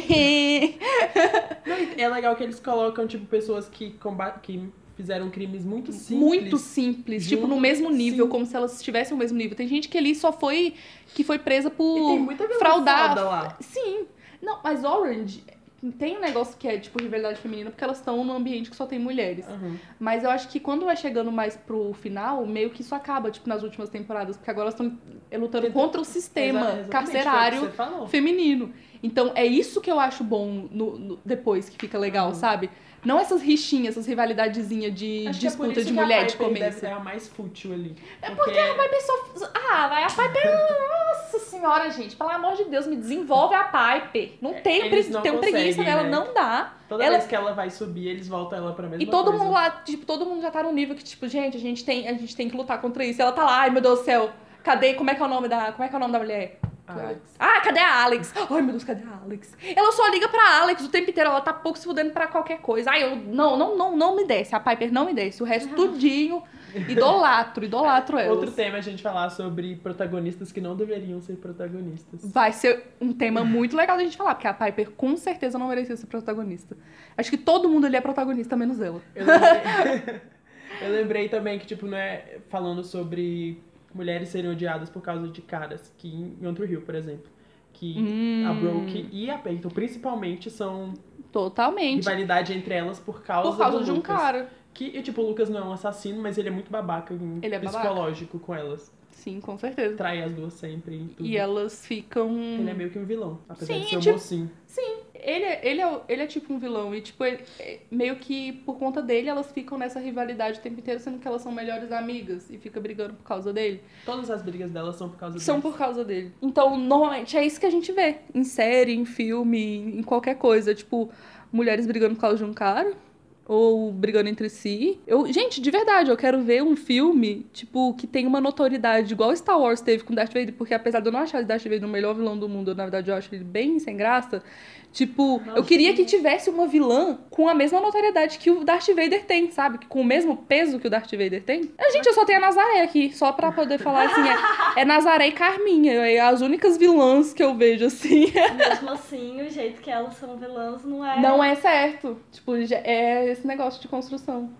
Não, e é legal que eles colocam, tipo, pessoas que, combat... que fizeram crimes muito simples.
Muito simples. Tipo, no
junto,
mesmo nível,
sim.
como se elas estivessem no mesmo nível. Tem gente que ali só foi... Que foi presa
E
por
tem muita vilã
fraudar...
foda lá.
Sim. Não, mas Orange... tem um negócio que é, tipo, rivalidade feminina, porque elas estão num ambiente que só tem mulheres.
Uhum.
Mas eu acho que quando vai chegando mais pro final, meio que isso acaba, tipo, nas últimas temporadas. Porque agora elas estão lutando
Então,
contra o sistema
Exa- exatamente,
carcerário
foi o que você falou.
feminino. Então, é isso que eu acho bom no, no- depois que fica legal,
Uhum.
sabe? Não essas rixinhas, essas rivalidadezinhas de
Acho que é por
disputa
isso
de
que a
mulher de
Piper
começo.
deve- é a mais fútil ali.
É porque a Piper só... Ah, vai, a Piper... Nossa senhora, gente. Pelo amor de Deus, me desenvolve a Piper. Não tenho,
Eles
pre...
não
tenho preguiça
conseguem,
dela,
né?
não dá.
Toda
ela...
vez que ela vai subir, eles voltam ela pra mesma
E todo
coisa.
mundo lá, tipo, todo mundo já tá num nível que, tipo, gente, a gente tem, a gente tem que lutar contra isso. E ela tá lá, ai meu Deus do céu, cadê, como é que é o nome da, como é que é o nome da mulher?
Alex.
Ah, cadê a Alex? Ai meu Deus, cadê a Alex? Ela só liga pra Alex o tempo inteiro, ela tá pouco se fudendo pra qualquer coisa. Ai, eu, não, não, não, não me desce, a Piper não me desce. O resto tudinho, idolatro, idolatro elas.
Outro tema é a gente falar sobre protagonistas que não deveriam ser protagonistas.
Vai ser um tema muito legal da gente falar, porque a Piper com certeza não merecia ser protagonista. Acho que todo mundo ali é protagonista, menos ela.
Eu lembrei, eu lembrei também que, tipo, não é falando sobre mulheres serem odiadas por causa de caras, que em Outro Rio, por exemplo, que
Hum.
a Brooke e a Peyton, principalmente, são
Totalmente.
rivalidade entre elas por causa,
Por causa
do
de um
Lucas.
cara.
Que, tipo, o Lucas não é um assassino, mas ele é muito babaca em
Ele é babaca.
psicológico com elas.
Sim, com certeza.
Trai as duas sempre em tudo.
E elas ficam...
Ele é meio que um vilão, apesar
Sim,
de ser um
tipo-
mocinho.
Ele é, ele, é, ele é tipo um vilão. E, tipo, ele- é- meio que por conta dele, elas ficam nessa rivalidade o tempo inteiro, sendo que elas são melhores amigas e fica brigando por causa dele.
Todas as brigas delas são por causa
São
disso.
por causa dele. Então, normalmente, é isso que a gente vê. Em série, em filme, em qualquer coisa. Tipo, mulheres brigando por causa de um cara. Ou brigando entre si. Eu, gente, de verdade, eu quero ver um filme, tipo, que tem uma notoriedade igual Star Wars teve com Darth Vader, porque apesar de eu não achar Darth Vader o melhor vilão do mundo, na verdade eu acho ele bem sem graça. Tipo,
Nossa,
eu queria que
sim.
tivesse uma vilã com a mesma notoriedade que o Darth Vader tem, sabe? Com o mesmo peso que o Darth Vader tem. A gente, eu só tenho a Nazaré aqui, só pra poder falar assim, é, é Nazaré e Carminha, é as únicas vilãs que eu vejo, assim.
Mesmo assim, o jeito que elas são vilãs não é.
Não é certo. Tipo, já- é esse negócio de construção.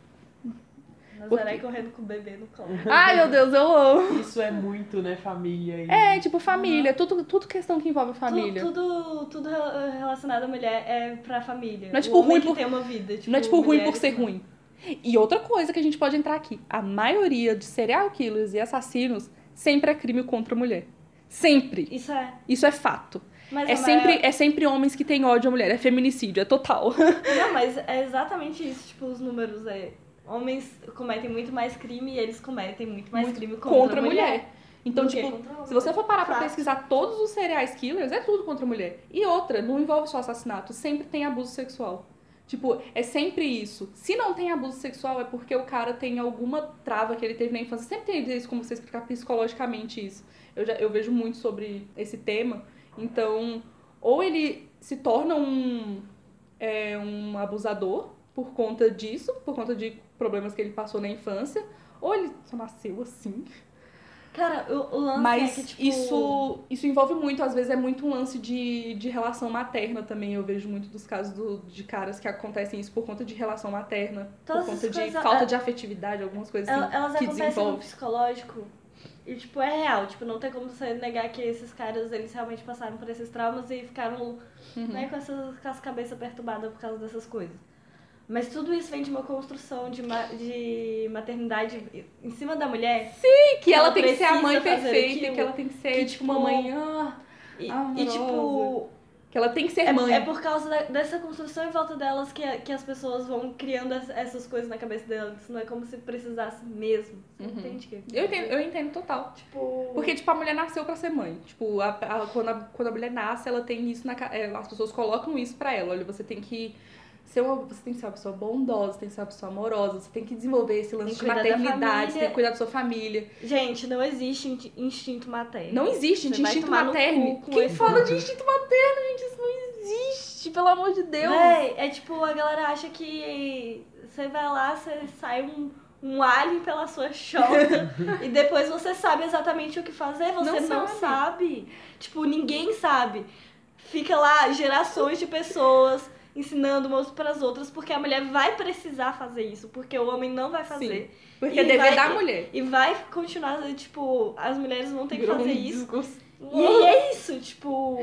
Nazaré correndo com o bebê no colo.
Ai, meu Deus, eu amo.
Isso é muito, né, família. E...
É, tipo, família. Tudo, tudo questão que envolve família.
Tu- Tudo, tudo relacionado à mulher é pra família.
Não é,
O
tipo,
homem
ruim
que
por-
tem uma vida.
Não é tipo ruim por
mulheres
ser
não.
ruim. E outra coisa que a gente pode entrar aqui. A maioria de serial killers e assassinos sempre é crime contra a mulher. Sempre.
Isso é.
Isso é fato.
Mas
É
a
sempre,
maior-
é sempre homens que têm ódio à mulher. É feminicídio, é total.
Não, mas é exatamente isso. Tipo, os números é. Homens cometem muito mais crime e eles cometem muito mais
Muito
crime contra,
contra a
mulher.
mulher. Então,
do que
tipo,
contra homem.
se você for parar pra
Fato.
pesquisar todos os serial killers, é tudo contra a mulher. E outra, não envolve só assassinato, sempre tem abuso sexual. Tipo, é sempre isso. Se não tem abuso sexual, é porque o cara tem alguma trava que ele teve na infância. Sempre tem isso, como você explicar psicologicamente isso. Eu, já, eu vejo muito sobre esse tema. Então, ou ele se torna um, é, um abusador por conta disso, por conta de problemas que ele passou na infância, ou ele só nasceu assim.
Cara, o, o lance
Mas
é que, tipo...
isso, isso envolve muito, às vezes é muito um lance de, de relação materna também. Eu vejo muito dos casos do, de caras que acontecem isso por conta de relação materna,
Todas
por conta
essas
de
coisas,
falta
é-
de afetividade, algumas coisas assim,
Elas, elas
que
acontecem no
desenvolve.
psicológico e, tipo, é real. Tipo, não tem como você negar que esses caras, eles realmente passaram por esses traumas e ficaram,
Uhum.
né, com, essas, com as cabeças perturbadas por causa dessas coisas. Mas tudo isso vem de uma construção de, ma- de maternidade em cima da mulher.
E que ela
ela
tem que ser a mãe
precisa fazer
perfeita,
aquilo,
e que ela tem que ser,
que,
tipo,
tipo,
uma mãe... Ah,
E,
Amorosa.
e, tipo,
que ela tem que ser
é,
mãe.
é por causa da- dessa construção em volta delas que, que as pessoas vão criando as- essas coisas na cabeça delas. Não é como se precisasse mesmo. Você
Uhum.
entende? Que
Eu entendo, eu entendo total.
Tipo...
Porque, tipo, a mulher nasceu pra ser mãe. Tipo, a, a- quando, a, quando a mulher nasce, ela tem isso na... ca- é, as pessoas colocam isso pra ela. Olha, você tem que... Ser uma, você tem que ser uma pessoa bondosa, você tem que ser uma pessoa amorosa, você tem que desenvolver esse lance
Tem que
de
cuidar da
maternidade,
família.
você tem que cuidar da sua família.
Gente, não existe in- instinto materno.
Não existe, gente,
Você vai
instinto
tomar no
materno.
cu com
Quem
esse-
fala de instinto materno, gente? Isso não existe, pelo amor de Deus.
Véi, é tipo, a galera acha que você vai lá, você sai um, um alien pela sua chota e depois você sabe exatamente o que fazer. Você
Não
não,
sabe.
sabe. Tipo, ninguém sabe. Fica lá gerações de pessoas ensinando umas pras outras, porque a mulher vai precisar fazer isso, porque o homem não vai fazer.
Porque
E
é dever
vai-
da mulher.
E vai continuar, tipo, as mulheres vão ter que
Virou
fazer
um
isso.
discurso.
E aí é isso, tipo,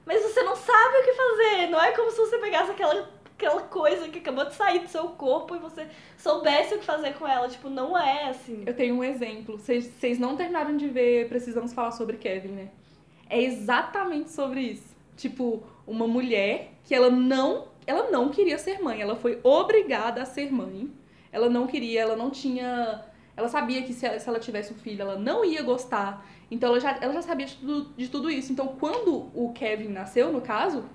Mas você não sabe o que fazer. Não é como se você pegasse aquela, aquela coisa que acabou de sair do seu corpo e você soubesse o que fazer com ela. Tipo, não é assim.
Eu tenho um exemplo. Vocês não terminaram de ver Precisamos Falar sobre Kevin, né? É exatamente sobre isso. Tipo, uma mulher que ela não, ela não queria ser mãe. Ela foi obrigada a ser mãe. Ela não queria, ela não tinha... Ela sabia que se ela, se ela tivesse um filho, ela não ia gostar. Então, ela já, ela já sabia de tudo, de tudo isso. Então, quando o Kevin nasceu, no caso,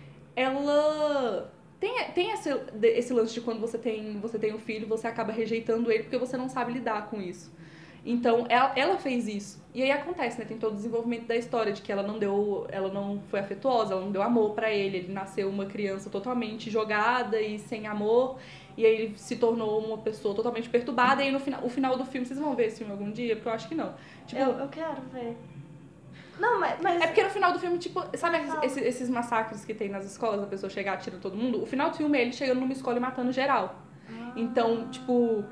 ela... Tem, tem esse, esse lance de quando você tem, você tem um filho, você acaba rejeitando ele porque você não sabe lidar com isso. Então, ela, ela fez isso. E aí acontece, né? Tem todo o desenvolvimento da história de que ela não deu, ela não foi afetuosa, ela não deu amor pra ele. Ele nasceu uma criança totalmente jogada e sem amor. E aí ele se tornou uma pessoa totalmente perturbada. E aí no final, o final do filme, vocês vão ver esse filme algum dia? Porque eu acho que não. Tipo,
Eu, eu quero ver. Não, mas... mas...
é porque no final do filme, tipo, sabe esses, esses massacres que tem nas escolas, a pessoa chegar atirando todo mundo? O final do filme é ele chegando numa escola e matando geral.
Ah.
Então, tipo...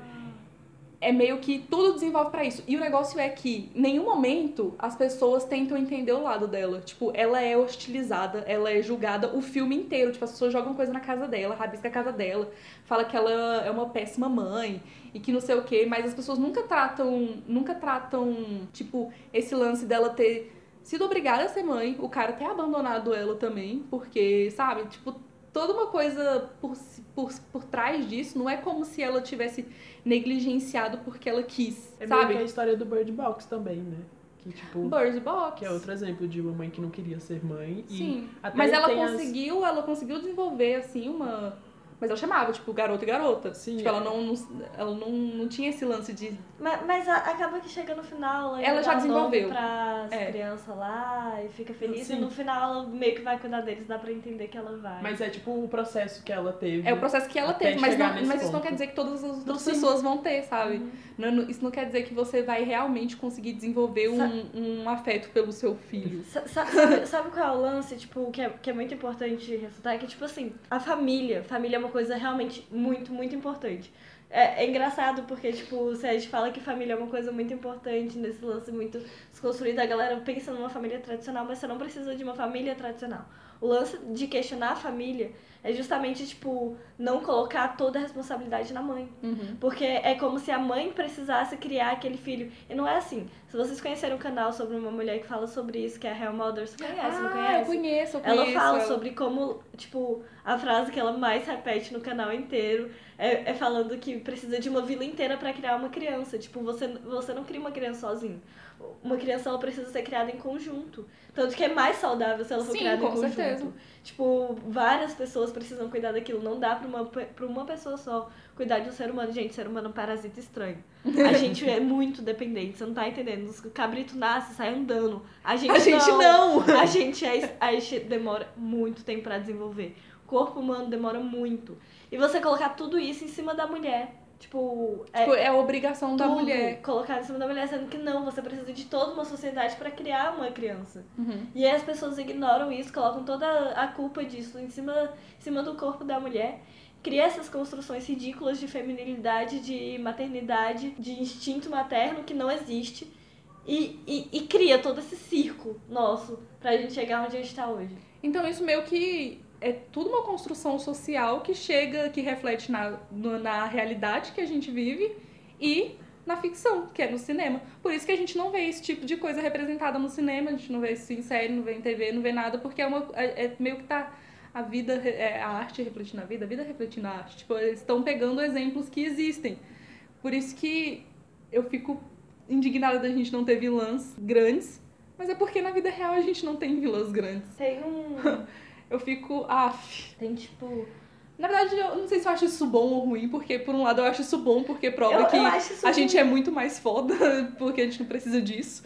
É meio que tudo desenvolve pra isso. E o negócio é que, em nenhum momento, as pessoas tentam entender o lado dela. Tipo, ela é hostilizada, ela é julgada o filme inteiro. Tipo, as pessoas jogam coisa na casa dela, rabisca a casa dela, fala que ela é uma péssima mãe e que não sei o quê. Mas as pessoas nunca tratam, nunca tratam, tipo, esse lance dela ter sido obrigada a ser mãe, o cara ter abandonado ela também, porque, sabe, tipo... Toda uma coisa por, por, por trás disso, não é como se ela tivesse negligenciado porque ela quis,
É
sabe?
meio que a história do Bird Box também, né? Que, tipo,
Bird Box.
que é outro exemplo de uma mãe que não queria ser mãe.
Sim,
E até
mas ela
tem as-
conseguiu, ela conseguiu desenvolver, assim, uma... Mas ela chamava, tipo, garota e garota.
Sim,
Tipo,
é.
ela não, não, ela não, não tinha esse lance de...
Mas, mas a- acaba que chega no final, ela,
Ela já
dá o nome
desenvolveu.
pras
É.
crianças lá e fica feliz.
Sim.
E no final ela meio que vai cuidar deles, dá pra entender que ela vai.
Mas é tipo o processo que ela teve.
É o processo que ela
até
teve, mas,
chegar
não,
nesse
mas isso não
ponto.
quer dizer que todas as outras
Sim.
pessoas vão ter, sabe?
Uhum.
Não- não- isso não quer dizer que você vai realmente conseguir desenvolver um, um afeto pelo seu filho.
Sa- sa- Sabe, sabe qual é o lance, tipo, que é, que é muito importante ressaltar? É que, tipo assim, a família, família é uma coisa realmente muito, muito importante. É, é engraçado porque, tipo, se a gente fala que família é uma coisa muito importante, nesse lance muito desconstruído, a galera pensa numa família tradicional, mas você não precisa de uma família tradicional. O lance de questionar a família é justamente, tipo, não colocar toda a responsabilidade na mãe.
Uhum.
Porque é como se a mãe precisasse criar aquele filho. E não é assim. Se vocês conhecerem um canal sobre uma mulher que fala sobre isso, que é a Hell Mother, você conhece, não
Ah,
conhece?
eu conheço, eu
Ela
conheço.
fala
ela-
sobre como, tipo, a frase que ela mais repete no canal inteiro é, é falando que precisa de uma vila inteira pra criar uma criança. Tipo, você, você não cria uma criança sozinho. Uma criança, ela precisa ser criada em conjunto. Tanto que é mais saudável se ela for
Sim,
criada em
com
conjunto.
certeza.
Tipo, várias pessoas precisam cuidar daquilo. Não dá pra uma, pra uma pessoa só cuidar de um ser humano. Gente, ser humano é um parasita estranho. A gente é muito dependente, você não tá entendendo. O cabrito nasce, sai andando. A gente,
A gente não!
A gente, é, a gente demora muito tempo pra desenvolver. O corpo humano demora muito. E você colocar tudo isso em cima da mulher. Tipo, é,
Tipo, é a obrigação da
tudo
mulher.
colocar em cima da mulher, sendo que não, você precisa de toda uma sociedade pra criar uma criança.
Uhum.
E aí as pessoas ignoram isso, colocam toda a culpa disso em cima, em cima do corpo da mulher. Cria essas construções ridículas de feminilidade, de maternidade, de instinto materno que não existe. E, e, e cria todo esse circo nosso pra gente chegar onde a gente tá hoje.
Então isso meio que é tudo uma construção social que chega, que reflete na, no- na realidade que a gente vive e na ficção, que é no cinema. Por isso que a gente não vê esse tipo de coisa representada no cinema, a gente não vê isso em série, não vê em T V, não vê nada, porque é, uma, é, é meio que tá a vida, é, a arte refletindo a vida, a vida refletindo a arte. Tipo, eles estão pegando exemplos que existem. Por isso que eu fico indignada da gente não ter vilãs grandes, mas é porque na vida real a gente não tem vilãs grandes.
Tem um.
Eu fico, af.
Tem tipo.
Na verdade, eu não sei se eu acho isso bom ou ruim, porque por um lado eu acho isso bom, porque prova
Eu-
que
eu acho isso
a gente
ruim.
é muito mais foda, porque a gente não precisa disso.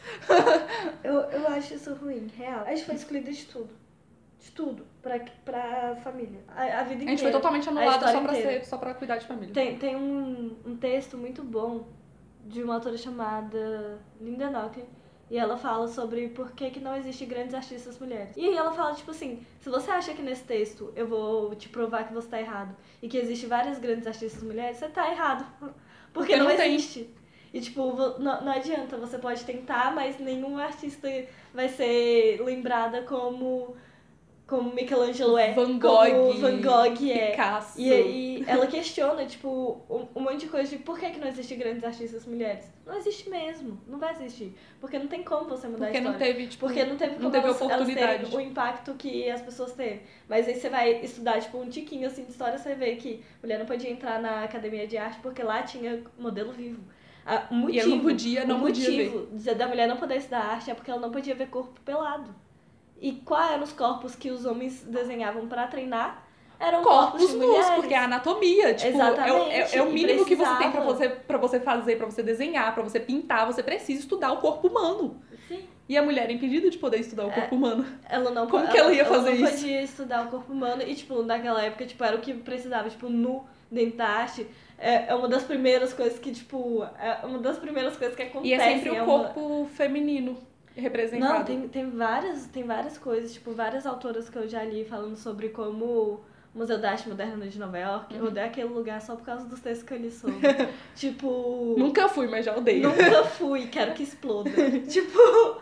Eu, eu acho isso ruim, real. A gente foi excluída de tudo. De tudo. Pra, pra família. A, a vida inteira.
A gente foi totalmente
A
anulada
história
só pra,
inteira.
ser, só pra cuidar de família.
Tem, tem um, um texto muito bom de uma autora chamada Linda Nochlin. E ela fala sobre por que, que não existe grandes artistas mulheres. E aí ela fala, tipo assim, se você acha que nesse texto eu vou te provar que você tá errado e que existe várias grandes artistas mulheres, você tá errado. Porque,
Porque
não,
não tem.
existe. E tipo, vo- não, não adianta, você pode tentar, mas nenhuma artista vai ser lembrada como como Michelangelo é,
Van
como
Gogh,
Van Gogh é.
Picasso.
E aí ela questiona, tipo, um, um monte de coisa de por que, que não existe grandes artistas mulheres. Não existe mesmo, não vai existir. Porque não tem como você mudar
Porque
a história.
não teve, tipo,
Porque não teve como
não teve
elas, elas
oportunidade.
terem o impacto que as pessoas teve. Mas aí você vai estudar, tipo, um tiquinho assim de história, você vê que mulher não podia entrar na academia de arte porque lá tinha modelo vivo. Ah, o motivo,
E ela não podia, não
o
podia
motivo da mulher não poder estudar arte é porque ela não podia ver corpo pelado. E quais eram os corpos que os homens desenhavam pra treinar? Eram corpos,
Corpos
de
nus,
mulheres.
porque é a anatomia, tipo, é, o- é,
Exatamente,
é o
e
mínimo que você tem pra
precisava.
você, pra você fazer, pra você desenhar, pra você pintar, você precisa estudar o corpo humano.
Sim.
E a mulher é impedida de poder estudar o corpo humano.
Ela não,
Como
ela,
que ela ia fazer
ela não
isso?
podia estudar o corpo humano e, tipo, naquela época, tipo, era o que precisava, tipo, nu dentro da arte. É, é uma das primeiras coisas que, tipo, é uma das primeiras coisas que acontecem.
E é sempre o
é uma...
corpo feminino representado.
Não, tem, tem, várias, tem várias coisas, tipo, várias autoras que eu já li falando sobre como o Museu da Arte Moderna de Nova York,
Uhum.
eu odeio aquele lugar só por causa dos textos que eu li sobre. Tipo...
Nunca fui, mas já odeio.
Nunca fui, quero que exploda. Tipo,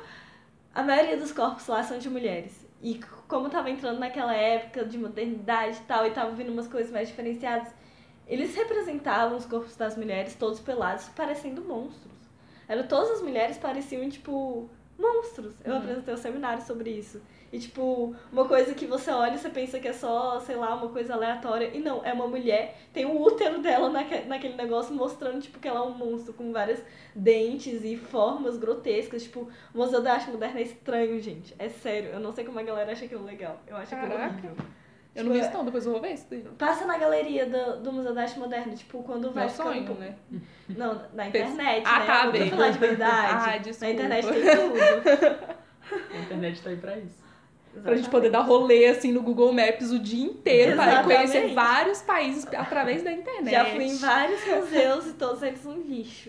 a maioria dos corpos lá são de mulheres. E como tava entrando naquela época de modernidade e tal, e tava vindo umas coisas mais diferenciadas, eles representavam os corpos das mulheres todos pelados, parecendo monstros. Era, todas as mulheres pareciam, tipo, monstros. Eu
Uhum.
apresentei um seminário sobre isso. E, tipo, uma coisa que você olha e você pensa que é só, sei lá, uma coisa aleatória. E não, é uma mulher, tem o útero dela naque, naquele negócio mostrando, tipo, que ela é um monstro com vários dentes e formas grotescas. Tipo, o Museu da Arte Moderna é estranho, gente. É sério. Eu não sei como a galera acha aquilo legal. Eu acho aquilo
Caraca.
horrível.
Eu não vi isso não, depois eu vou ver isso daí.
Passa na galeria do, do Museu da Arte Moderna, tipo, quando vai
Meu
ficando...
sonho,
um pouco-
né?
Não, na internet,
Ah,
né?
tá,
Eu não
bem.
tô falando de verdade.
Ah, desculpa.
Na internet tem tudo.
A internet tá aí pra isso.
Pra gente poder dar rolê, assim, no Google Maps o dia inteiro, para
Exatamente.
conhecer vários países através da internet.
Já fui em vários museus e todos eles um lixo.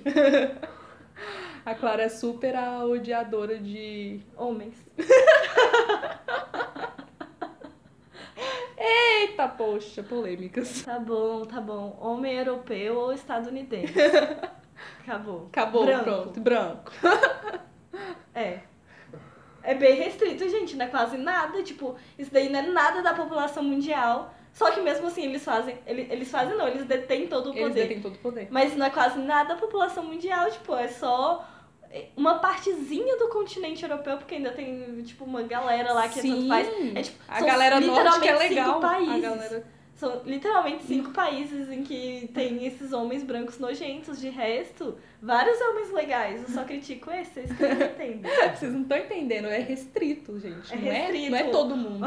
A Clara é super a odiadora de...
Homens.
Eita, poxa, polêmicas.
Tá bom, tá bom. Homem europeu ou estadunidense. Acabou.
Acabou,
Branco.
pronto, branco.
É. É bem restrito, gente, não é quase nada. Tipo, isso daí não é nada da população mundial. Só que mesmo assim eles fazem. Eles, eles fazem não, eles detêm todo o
Eles
poder.
detêm todo o poder.
Mas não é quase nada da população mundial, tipo, é só uma partezinha do continente europeu, porque ainda tem, tipo, uma galera lá que
Sim,
tanto faz. É, tipo,
a
são
galera norte que é
literalmente
legal.
cinco países.
A galera...
São literalmente cinco países em que tem esses homens brancos nojentos. De resto, vários homens legais. Eu só critico esse, vocês que não entendem.
Vocês não estão entendendo, é restrito, gente.
É
não,
restrito.
É, não é todo mundo.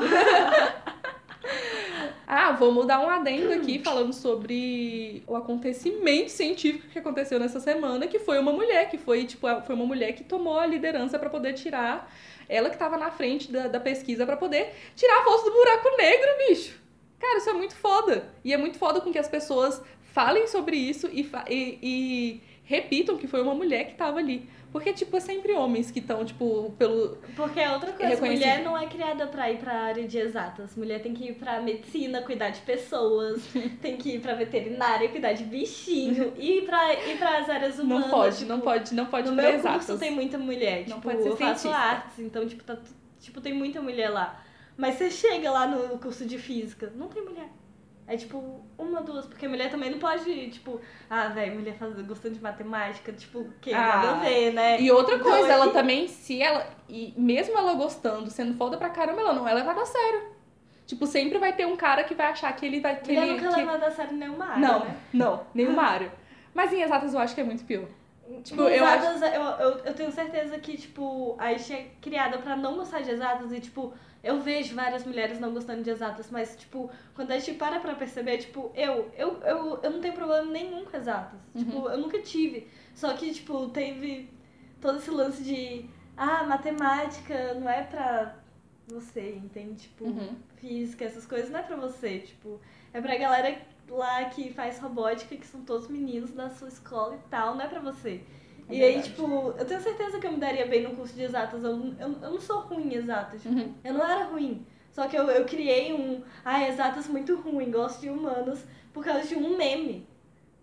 Ah, vamos dar um adendo aqui falando sobre o acontecimento científico que aconteceu nessa semana, que foi uma mulher, que foi, tipo, foi uma mulher que tomou a liderança pra poder tirar, ela que tava na frente da, da pesquisa pra poder tirar a força do buraco negro, bicho. Cara, isso é muito foda. E é muito foda com que as pessoas falem sobre isso e, fa- e, e repitam que foi uma mulher que tava ali. Porque, tipo, é sempre homens que estão, tipo, pelo...
Porque é outra coisa,
Reconhecido.
mulher não é criada pra ir pra área de exatas. Mulher tem que ir pra medicina, cuidar de pessoas, tem que ir pra veterinária, cuidar de bichinho, e ir pra, ir pras áreas humanas.
Não pode,
tipo,
não pode, não pode
No
pra
meu
exatas.
curso tem muita mulher,
Não
tipo,
pode ser
eu faço
cientista.
artes, então, tipo, tá, tipo, tem muita mulher lá. Mas você chega lá no curso de física, não tem mulher. É tipo, uma, duas, porque mulher também não pode, tipo, ah, velho, mulher faz, gostando de matemática, tipo, que
Ah,
nada a ver, né?
E outra
Então,
coisa,
aí-
ela também, se ela... E mesmo ela gostando, sendo foda pra caramba, ela não é levada a sério. Tipo, sempre vai ter um cara que vai achar que ele vai... Que
Mulher
ele,
nunca
que...
leva a sério nenhuma área,
Não,
né?
não, nenhuma área. Mas em exatas eu acho que é muito pior. Tipo,
Em
eu
exatas, eu, eu, eu tenho certeza que, tipo, a gente é criada pra não gostar de exatas e, tipo, eu vejo várias mulheres não gostando de exatas, mas, tipo, quando a gente para pra perceber, tipo, eu, eu, eu, eu não tenho problema nenhum com exatas.
Uhum.
Tipo, eu nunca tive. Só que, tipo, teve todo esse lance de, ah, matemática não é pra você, entende? Tipo,
Uhum.
física, essas coisas não é pra você, tipo, é pra galera lá que faz robótica, que são todos meninos da sua escola e tal, não é pra você.
É
e aí,
verdade.
tipo, eu tenho certeza que eu me daria bem no curso de exatas, eu, eu, eu não sou ruim em exatas, tipo,
Uhum.
eu não era ruim. Só que eu, eu criei um, ah, exatas muito ruim, gosto de humanos, por causa de um meme.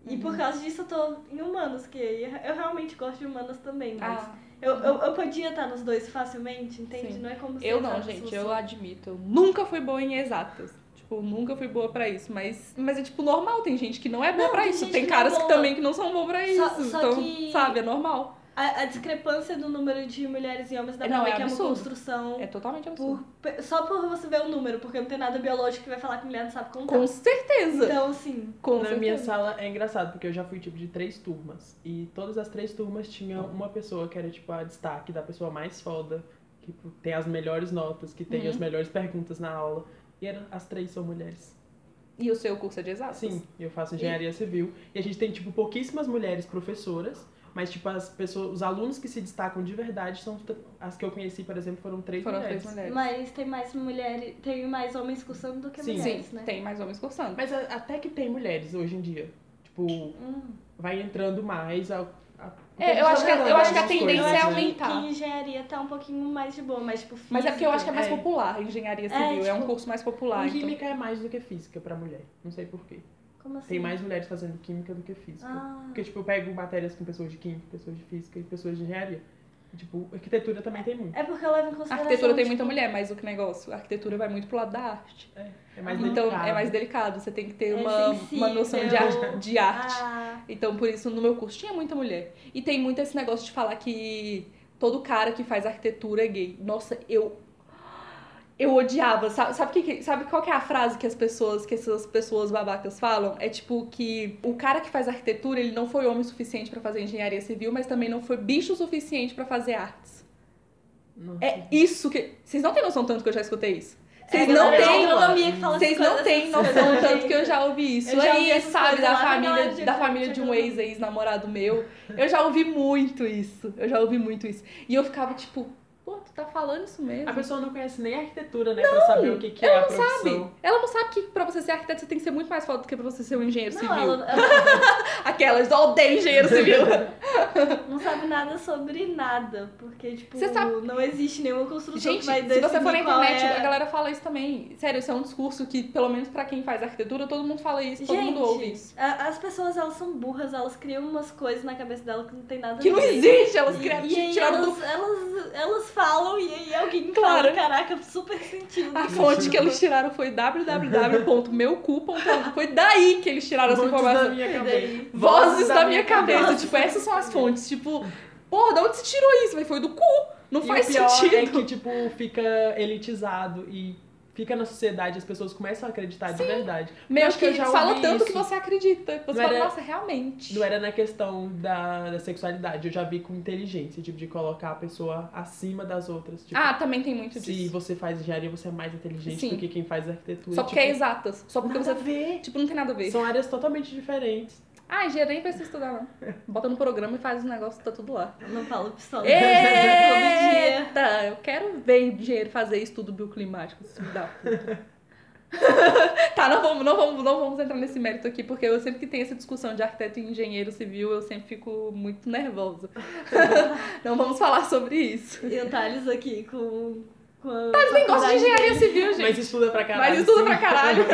E por causa disso eu tô em humanos, que eu realmente gosto de humanas também, mas
Ah,
eu, eu, eu podia estar nos dois facilmente, entende?
Sim.
Não é como se
eu não,
exatas
gente,
fosse-
eu admito. Eu nunca fui boa em exatas. Tipo, nunca fui boa pra isso. Mas, mas é tipo normal, tem gente que não é boa
Não,
pra
tem
isso.
gente
Tem
que não é
caras que
boa.
também que não são bons pra isso.
Só- só
então,
que-
sabe, é normal.
A, a discrepância do número de mulheres e homens dá
Não,
pra ver
é
que é uma
absurdo.
construção
É totalmente
por,
absurdo.
pe- só por você ver o número, porque não tem nada biológico que vai falar que mulher não sabe contar.
Com certeza.
Então, assim,
Com
Na
certeza.
minha sala é engraçado, porque eu já fui tipo de três turmas. E todas as três turmas tinham uma pessoa que era tipo a destaque da pessoa mais foda, que tipo, tem as melhores notas, que tem
Uhum.
as melhores perguntas na aula. E eram, as três são mulheres.
E o seu curso é de exatas?
Sim, eu faço engenharia civil. E a gente tem tipo pouquíssimas mulheres professoras, mas tipo as pessoas, os alunos que se destacam de verdade são t- as que eu conheci, por exemplo, foram três
Foram
mulheres.
três mulheres.
mas tem mais mulheres, tem mais homens cursando do que
Sim.
mulheres,
Sim,
né?
tem mais homens cursando.
Mas a- até que tem mulheres hoje em dia. Tipo,
Hum.
vai entrando mais a, a-
É, eu acho que a- eu acho que a
algumas
tendência
coisas,
é
né?
aumentar.
Que engenharia tá um pouquinho mais de boa, mas tipo física.
Mas é porque eu acho que é mais
É.
popular, engenharia
É,
civil. É, um
tipo,
curso mais popular.
E
Então.
química é mais do que física pra mulher. Não sei por quê.
Como assim?
Tem mais mulheres fazendo química do que física.
Ah.
Porque, tipo, eu pego matérias com pessoas de química, pessoas de física e pessoas de engenharia. E, tipo, arquitetura também tem muito.
É porque eu levo em
A
consideração.
arquitetura tem
tipo,
muita mulher, mas o que negócio? A arquitetura vai muito pro lado da arte.
É, é mais
Uhum.
Então
delicado.
é mais delicado, você tem que ter
É
uma,
sensível.
uma noção de, ar- de arte.
Ah,
Então por isso no meu curso tinha muita mulher. E tem muito esse negócio de falar que todo cara que faz arquitetura é gay. Nossa, eu eu odiava. Sabe, sabe, que, que- sabe qual que é a frase que as pessoas, que essas pessoas babacas falam? É tipo que o cara que faz arquitetura, ele não foi homem o suficiente pra fazer engenharia civil, mas também não foi bicho o suficiente pra fazer artes.
Nossa.
É isso que... Vocês não têm noção tanto que eu já escutei isso. Vocês
é,
não
galera de
têm...
agronomia que fala
Vocês
essas
não
coisas,
têm
essas
noção
coisas,
tanto que eu já ouvi isso.
Eu já ouvi
Aí,
essas
sabe,
coisas
da
lá na
família,
galera de
da família de um
agronomia.
ex-ex-namorado meu. Eu já ouvi muito isso. Eu já ouvi muito isso. E eu ficava tipo, pô, tu tá falando isso mesmo?
A pessoa não conhece nem a arquitetura, né? Pra saber o que, que é a
Ela não
profissão.
sabe. Ela não sabe que pra você ser arquiteto você tem que ser muito mais foda do que pra você ser um engenheiro
Não,
civil.
ela, ela
Aquelas, eu odeio engenheiro civil.
não sabe nada sobre nada, porque, tipo,
Você sabe-
não existe nenhuma construção
Gente,
que vai
se
definir
você for na
qual
internet,
é...
a galera fala isso também. Sério, isso é um discurso que, pelo menos pra quem faz arquitetura, todo mundo fala isso, todo mundo ouve
Gente,
isso.
a- as pessoas, elas são burras, elas criam umas coisas na cabeça dela que não tem nada
Que
a
não
ver.
existe, elas
E,
criaram,
e aí
tiraram do
elas, elas, elas falam e aí alguém
Claro.
fala, caraca, super sentido.
A fonte que eles tiraram foi w w w ponto meu cu ponto org. Foi daí que eles tiraram essa
Vozes
informação.
da minha
E
cabeça.
daí?
Vozes da, minha cabeça.
cabeça.
Tipo, essas são as fontes. Tipo, porra, de onde você tirou isso? Véi? Foi do cu. Não
E
faz
o pior
sentido.
é que, tipo, fica elitizado e fica na sociedade, as pessoas começam a acreditar de verdade.
Meio
acho
que,
que eu já
fala
ouvi
tanto
isso.
que você acredita. Você
Não
fala,
era-
nossa, realmente.
Não era na questão da, da sexualidade, eu já vi com inteligência, tipo, de colocar a pessoa acima das outras. Tipo,
Ah, também tem muito
se
disso.
você faz engenharia, você é mais inteligente
Sim.
do que quem faz arquitetura.
Só porque é
tipo,
exatas. Só porque
nada
você.
a ver.
Tipo, não tem nada a ver.
São áreas totalmente diferentes.
Ah, engenharia nem precisa estudar, não. Bota no programa e faz o negócio, tá tudo lá.
Eu não falo pistola todo dia.
Eita, eu quero ver engenheiro fazer estudo bioclimático, esse filho da puta. Tá, não vamos, não, vamos, não vamos entrar nesse mérito aqui, porque eu sempre que tem essa discussão de arquiteto e engenheiro civil, eu sempre fico muito nervosa. Não vamos falar sobre isso.
E o Thales aqui com... com a
Mas nem gosta de
faculdade
engenharia
dele.
civil, gente.
Mas estuda pra caralho.
Mas estuda
sim.
pra caralho.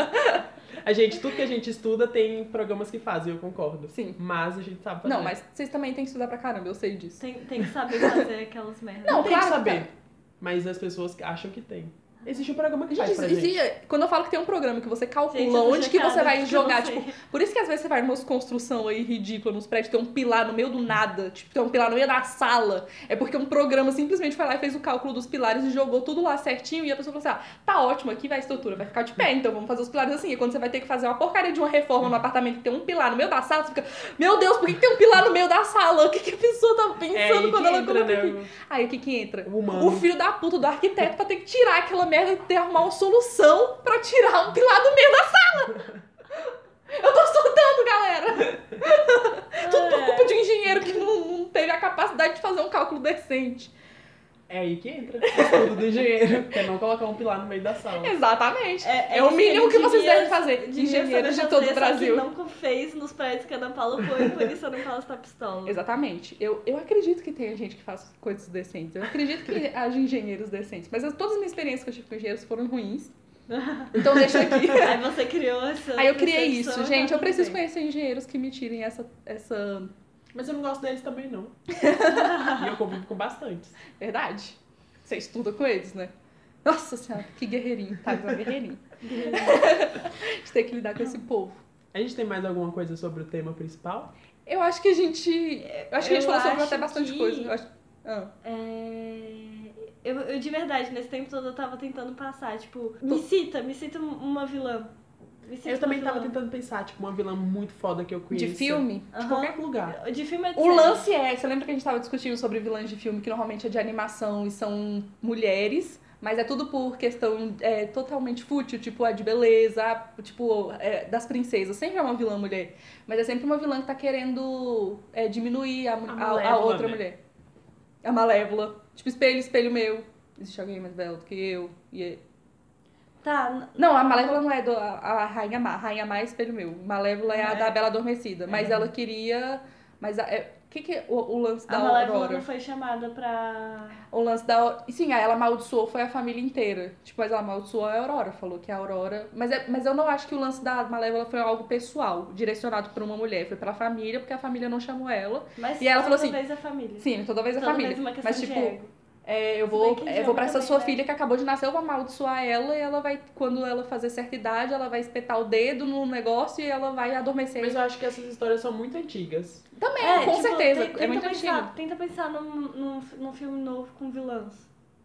A gente, tudo que a gente estuda tem programas que fazem, eu concordo.
Sim.
Mas a gente sabe fazer.
Não, mas vocês também têm que estudar pra caramba, eu sei disso.
Tem, tem que saber fazer aquelas merdas.
Não,
tem
claro
que
que
saber.
tá.
Mas as pessoas que acham que tem. Existe um programa que
Gente,
faz pra gente.
existe- quando eu falo que tem um programa que você calcula
Gente, eu tô
onde que você
chocada,
vai
porque eu
jogar,
não sei.
tipo, por isso que às vezes você vai numa construção aí ridícula nos prédios, tem um pilar no meio do nada, tipo, tem um pilar no meio da sala, é porque um programa simplesmente foi lá e fez o cálculo dos pilares e jogou tudo lá certinho e a pessoa falou assim, ah, tá ótimo, aqui vai a estrutura, vai ficar de pé, então vamos fazer os pilares assim, e quando você vai ter que fazer uma porcaria de uma reforma no apartamento que tem um pilar no meio da sala, você fica, meu Deus, por que, que tem um pilar no meio da sala? O que, que a pessoa tá pensando
É aí
quando
que
ela
entra,
coloca
né,
aqui? Aí o que que entra?
o humano.
O filho da puta do arquiteto pra ter que tirar aquela merda e ter arrumar uma solução pra tirar um pilar do meio da sala. Eu tô surtando, galera. Tudo por culpa de um engenheiro que não, não teve a capacidade de fazer um cálculo decente.
É aí que entra o estudo do engenheiro, que é não colocar um pilar no meio da sala.
Exatamente. É,
É,
o
isso
mínimo
ele
que vocês
devia-
devem fazer.
devia
Engenheiros de
saber
todo o
fazer,
Brasil.
Só que não fez nos prédios que a Ana Paula foi, por isso a Ana Paula está pistola.
Exatamente. Eu, eu acredito que tenha gente que faz coisas decentes. Eu acredito que haja engenheiros decentes. Mas eu- todas as minhas experiências que eu tive com engenheiros foram ruins. Então deixa aqui.
Aí você criou essa
Aí eu criei
percepção,
isso.
tá
Gente, eu
tudo
preciso
bem.
conhecer engenheiros que me tirem essa... essa...
Mas eu não gosto deles também, não. E eu convivo com bastantes.
Verdade. Você estuda com eles, né? Nossa senhora, que guerreirinho. Tá, é um guerreirinho. A gente tem que lidar com esse povo.
A gente tem mais alguma coisa sobre o tema principal?
Eu acho que a gente... Eu acho que a gente
Eu
falou sobre
acho
até bastante
que-
coisa. Eu acho... ah.
É... Eu, eu, de verdade, nesse tempo todo eu tava tentando passar, tipo, me cita, me cita uma vilã. Me cita
Eu
uma
também tava
vilã.
tentando pensar, tipo, uma vilã muito foda que eu conheço.
De filme?
De
Aham.
qualquer lugar.
De filme é de
O
série.
lance é, você lembra que a gente tava discutindo sobre vilãs de filme que normalmente é de animação e são mulheres, mas é tudo por questão é, totalmente fútil, tipo a de beleza, a- tipo é, das princesas. Sempre é uma vilã mulher, mas é sempre uma vilã que tá querendo é, diminuir a, mu-
A
a- a
Malévola,
outra
né?
mulher. A Malévola. Tipo, espelho, espelho meu. Existe alguém mais belo do que eu? E é-
Tá, n-
Não, a Malévola não é do, a, a Rainha Má. A Rainha Má é espelho meu. Malévola é a
É.
da Bela Adormecida. Mas
É.
ela queria... Mas o é, que, que é o, o lance da
a Malévola
Aurora?
não foi chamada pra...
O lance da... e sim, aí ela amaldiçoou foi a família inteira. Tipo, mas ela amaldiçoou a Aurora. Falou que a Aurora... Mas, é, mas eu não acho que o lance da Malévola foi algo pessoal, direcionado por uma mulher. Foi pela família, porque a família não chamou ela.
Mas
E ela falou
toda
assim-
vez a família.
Sim, toda vez a
Toda
família.
vez uma questão
Mas,
de
tipo,
ego.
é, eu
Se
vou,
bem que
eu vou pra
Django
essa sua
também, né?
filha que acabou de nascer, eu vou amaldiçoar ela e ela vai, quando ela fazer certa idade, ela vai espetar o dedo no negócio e ela vai adormecer.
Mas eu acho que essas histórias são muito antigas.
Também,
É,
com
tipo,
certeza.
te-
é
tenta
muito
pensar,
antigo.
Tenta pensar num, num, num filme novo com vilãs.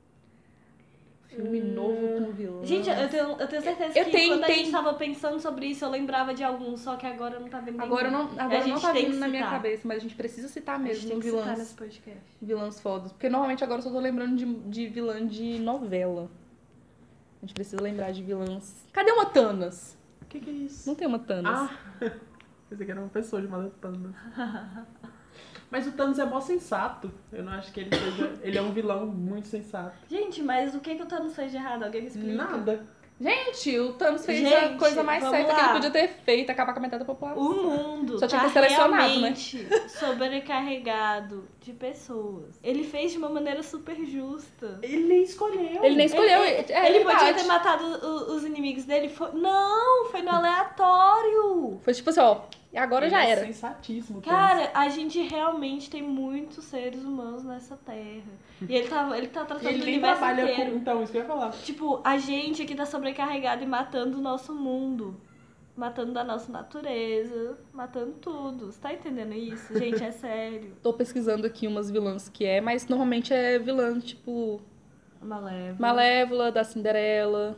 Filme novo com vilão.
Gente, eu tenho, eu tenho certeza
Eu
que
tenho-
quando a
tem-
gente tava pensando sobre isso, eu lembrava de alguns, só que agora não tá vendo nenhum.
Agora não, agora
A
não
gente
tá
tem
vindo
que
na minha
citar.
cabeça, mas a gente precisa citar
A gente
mesmo
tem que citar
vilãs,
nesse podcast.
vilãs fodas. Porque normalmente agora eu só tô lembrando de, de vilã de novela. A gente precisa lembrar de vilãs. Cadê uma Thanos?
O que que é isso?
Não tem uma Thanos.
Ah, pensei que era uma pessoa chamada Thanos. Mas o Thanos é mó sensato. Eu não acho que ele seja... Ele é um vilão muito sensato.
Gente, mas o que, que o Thanos fez de errado? Alguém me explica?
Nada.
Gente, o Thanos fez a
Gente,
coisa mais
vamos
certa que
lá.
ele podia ter feito, acabar com a metade da população.
O mundo
Só tinha
tá
que ser selecionado, né?
realmente sobrecarregado de pessoas. Ele fez de uma maneira super justa.
Ele nem escolheu.
Ele nem escolheu.
Ele,
é,
ele podia
verdade.
ter matado o- os inimigos dele. Foi- Não, foi no aleatório.
Foi tipo assim, ó, e agora
Ele
já
é
era.
sensatíssimo, Thanos.
Cara, a gente realmente tem muitos seres humanos nessa terra. E ele tá, ele tá
E
tratando
ele
do
nem
universo
trabalha
inteiro.
com... Então, isso que eu ia falar.
Tipo, a gente aqui tá sobrecarregado e matando o nosso mundo. Matando da nossa natureza. Matando tudo. Você tá entendendo isso? Gente, é sério.
Tô pesquisando aqui umas vilãs que é, mas normalmente é vilã, tipo,
Malévola.
Malévola, da Cinderela.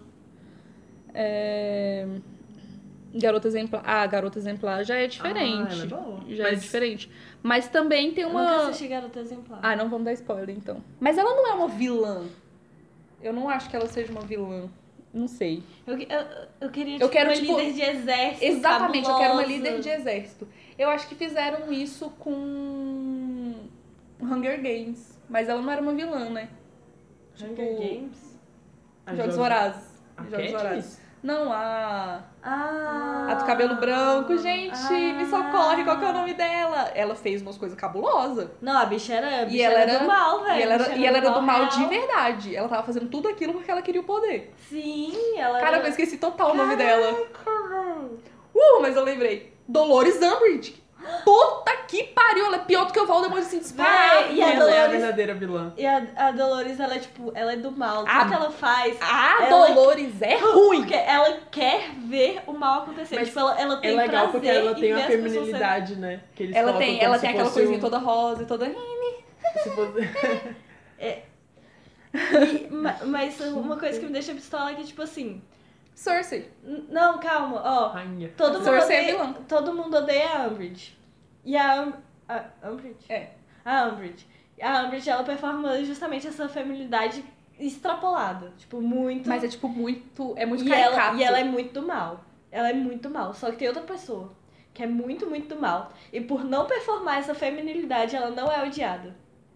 É... Garota Exemplar. Ah, Garota Exemplar já é diferente.
Ah, ela é boa.
Já é
Mas-
diferente. Mas também tem
Eu nunca
uma.
assisti Garota Exemplar.
Ah, não vamos dar spoiler então. Mas ela não é uma vilã. Eu não acho que ela seja uma vilã. Não sei.
Eu, eu, eu queria,
Eu
tipo,
quero,
uma
tipo,
líder de exército
Exatamente, eu quero uma
cabulosa.
líder de exército. Eu acho que fizeram isso com Hunger Games. Mas ela não era uma vilã, né?
Hunger
Tipo,
Games?
A
Jogos
Jo-
Vorazes.
A
Jogos Vorazes.
Katniss?
Não, a.
Ah.
A do cabelo branco. Gente, me
Ah.
socorre, qual que é o nome dela? Ela fez umas coisas cabulosas.
Não, a bicha era, a bicha
E ela
era,
era-
do mal, velho.
E ela
A bicha
era, e ela era do mal de
real.
verdade. Ela tava fazendo tudo aquilo porque ela queria o poder.
Sim, ela
Cara, eu
era...
esqueci total o nome dela.
Caraca.
Uh, mas eu lembrei. Dolores Umbridge. Puta que pariu, ela é pior do que o Voldemort assim disparado.
Véi, e a
Ela é a
Dolores-
verdadeira vilã.
E a, a Dolores, ela é tipo, ela é do mal. Tudo
A-
que ela faz,
A
Ela-
Dolores é ruim.
porque ela quer ver o mal acontecer.
Mas
tipo, ela, ela
É
tem
legal
prazer
porque ela
em
tem
ver
a
as pessoas
feminilidade, né? Que eles
Ela
colocam
tem,
como
ela
se
tem aquela
fosse
coisinha
um-
toda rosa e toda.
se fosse-
sendo- E- ma- mas uma coisa que me deixa pistola é que, tipo assim...
Cersei.
n- Não, calma, ó.
Rainha.
Todo mundo,
Cersei é
odeia,
vilã.
todo mundo odeia a Umbridge. E a, Um- a Umbridge?
É.
A Umbridge. A Umbridge, ela performa justamente essa feminilidade extrapolada. Tipo, muito...
Mas é tipo muito. É muito
e,
caricato.
ela, e ela é muito do mal. Ela é muito do mal. Só que tem outra pessoa que é muito, muito do mal. E por não performar essa feminilidade, ela não é odiada.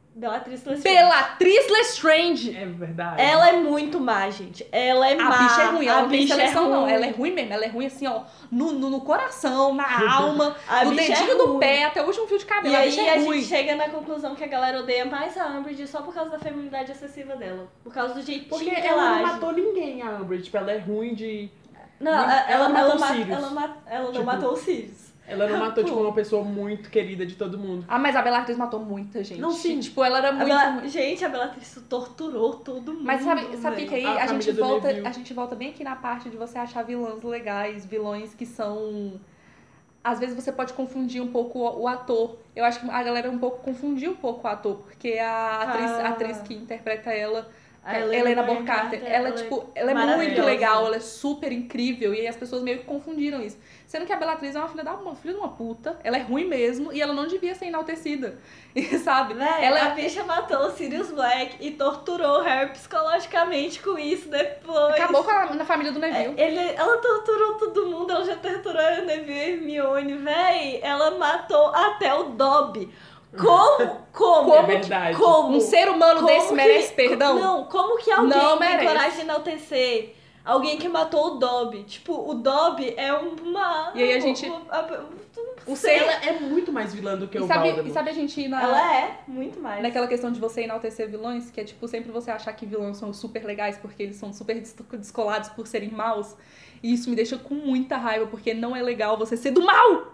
Bellatrix Lestrange.
Bellatrix Lestrange!
É verdade.
Ela é muito má, gente. Ela é
A
má.
bicha é ruim, ela
a
não tem
bicha
seleção,
é
não.
ruim.
Ela é ruim mesmo, ela é ruim assim, ó, no, no, no coração, na alma,
A
no
bicha é
dedinho do
ruim.
pé, até o último fio de cabelo.
E
a
aí
bicha é
a
ruim.
gente chega na conclusão que a galera odeia mais a Umbridge só por causa da feminilidade excessiva dela. Por causa do jeitinho
Porque
que
ela
ela
não
age.
matou ninguém, a Umbridge. Tipo, ela é ruim de...
Não,
Ela
ela, ela,
não matou
ela,
os
ma-
Sirius.
ela, ma- ela não
Tipo,
matou os Sirius.
Ela não matou, tipo, uma pessoa muito querida de todo mundo.
Ah, mas a Bellatrix matou muita gente.
Não, sim.
Tipo, ela era
A
muito...
Bela- Gente, a Bellatrix torturou todo mundo.
Mas sabe, sabe que
velho.
aí
A
a, gente
família do
volta,
Neville.
a gente volta bem aqui na parte de você achar vilãs legais, vilões que são... Às vezes você pode confundir um pouco o, o ator. Eu acho que a galera um pouco confundiu um pouco o ator, porque a atriz,
Ah.
a atriz que interpreta ela,
A
a
Helena
Helena
Bonham
Bonham Carter,
Carter,
ela,
ela é
tipo, ela é muito
maravilhosa.
legal, ela é super incrível, e aí as pessoas meio que confundiram isso. Sendo que a Bellatrix é uma filha, da, uma filha de uma puta, ela é ruim mesmo, e ela não devia ser enaltecida, e, sabe?
Véi,
ela
a bicha matou o Sirius Black e torturou o Harry psicologicamente com isso depois.
acabou com a na família do
É,
Neville.
Ele, ela torturou todo mundo, ela já torturou a Neville e Hermione, véi. Ela matou até o Dobby. Como? Como?
É verdade.
Como?
Um ser humano
Como
desse
que-
merece perdão?
Não, como que alguém
Não
tem
merece.
coragem de enaltecer alguém que matou o Dobby? Tipo, o Dobby é uma...
E aí a gente-
uma- uma-
O ser...
Ela é muito mais vilã do que
E
o
sabe,
Voldemort.
e sabe a gente ir na...
Ela é, muito mais.
Naquela questão de você enaltecer vilões, que é tipo sempre você achar que vilões são super legais porque eles são super des- descolados por serem maus. E isso me deixa com muita raiva, porque não é legal você ser do mal!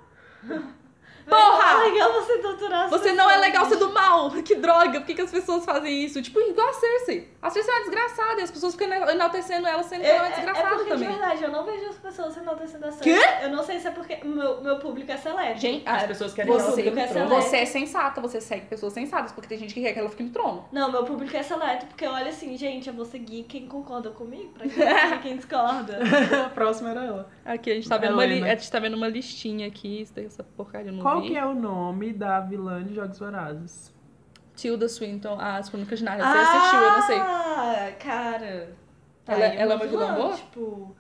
Porra!
É legal você torturar as
Você não é
pessoas.
legal ser do mal! Que droga! Por que, que as pessoas fazem isso? Tipo, igual a Cersei. A Cersei é uma desgraçada e as pessoas ficam enaltecendo ela sendo que ela é uma
É, é
desgraçada
porque,
também.
de verdade, eu não vejo as pessoas enaltecendo a
Quê?
Cersei. Eu não sei se é porque meu, meu público é seleto.
Gente,
As
ah,
pessoas querem que ela
você,
fique no
quer
trono.
ser-
você é sensata, você segue pessoas sensatas, porque tem gente que quer que ela fique no trono.
Não, meu público é seleto, porque olha assim, gente, eu vou seguir quem concorda comigo, pra quem seguir quem discorda.
A próxima era ela.
Aqui, a gente tá vendo, uma, li-
Helena.
a gente tá vendo uma listinha aqui, isso daí, essa porcaria eu não
Qual
vi.
que é o nome da vilã de Jogos Vorazes?
Tilda Swinton, as Crônicas de Nárnia. Você assistiu, eu não sei.
Ah, cara. Tá
Ela-
aí
ela é uma vilã boa?
Tipo...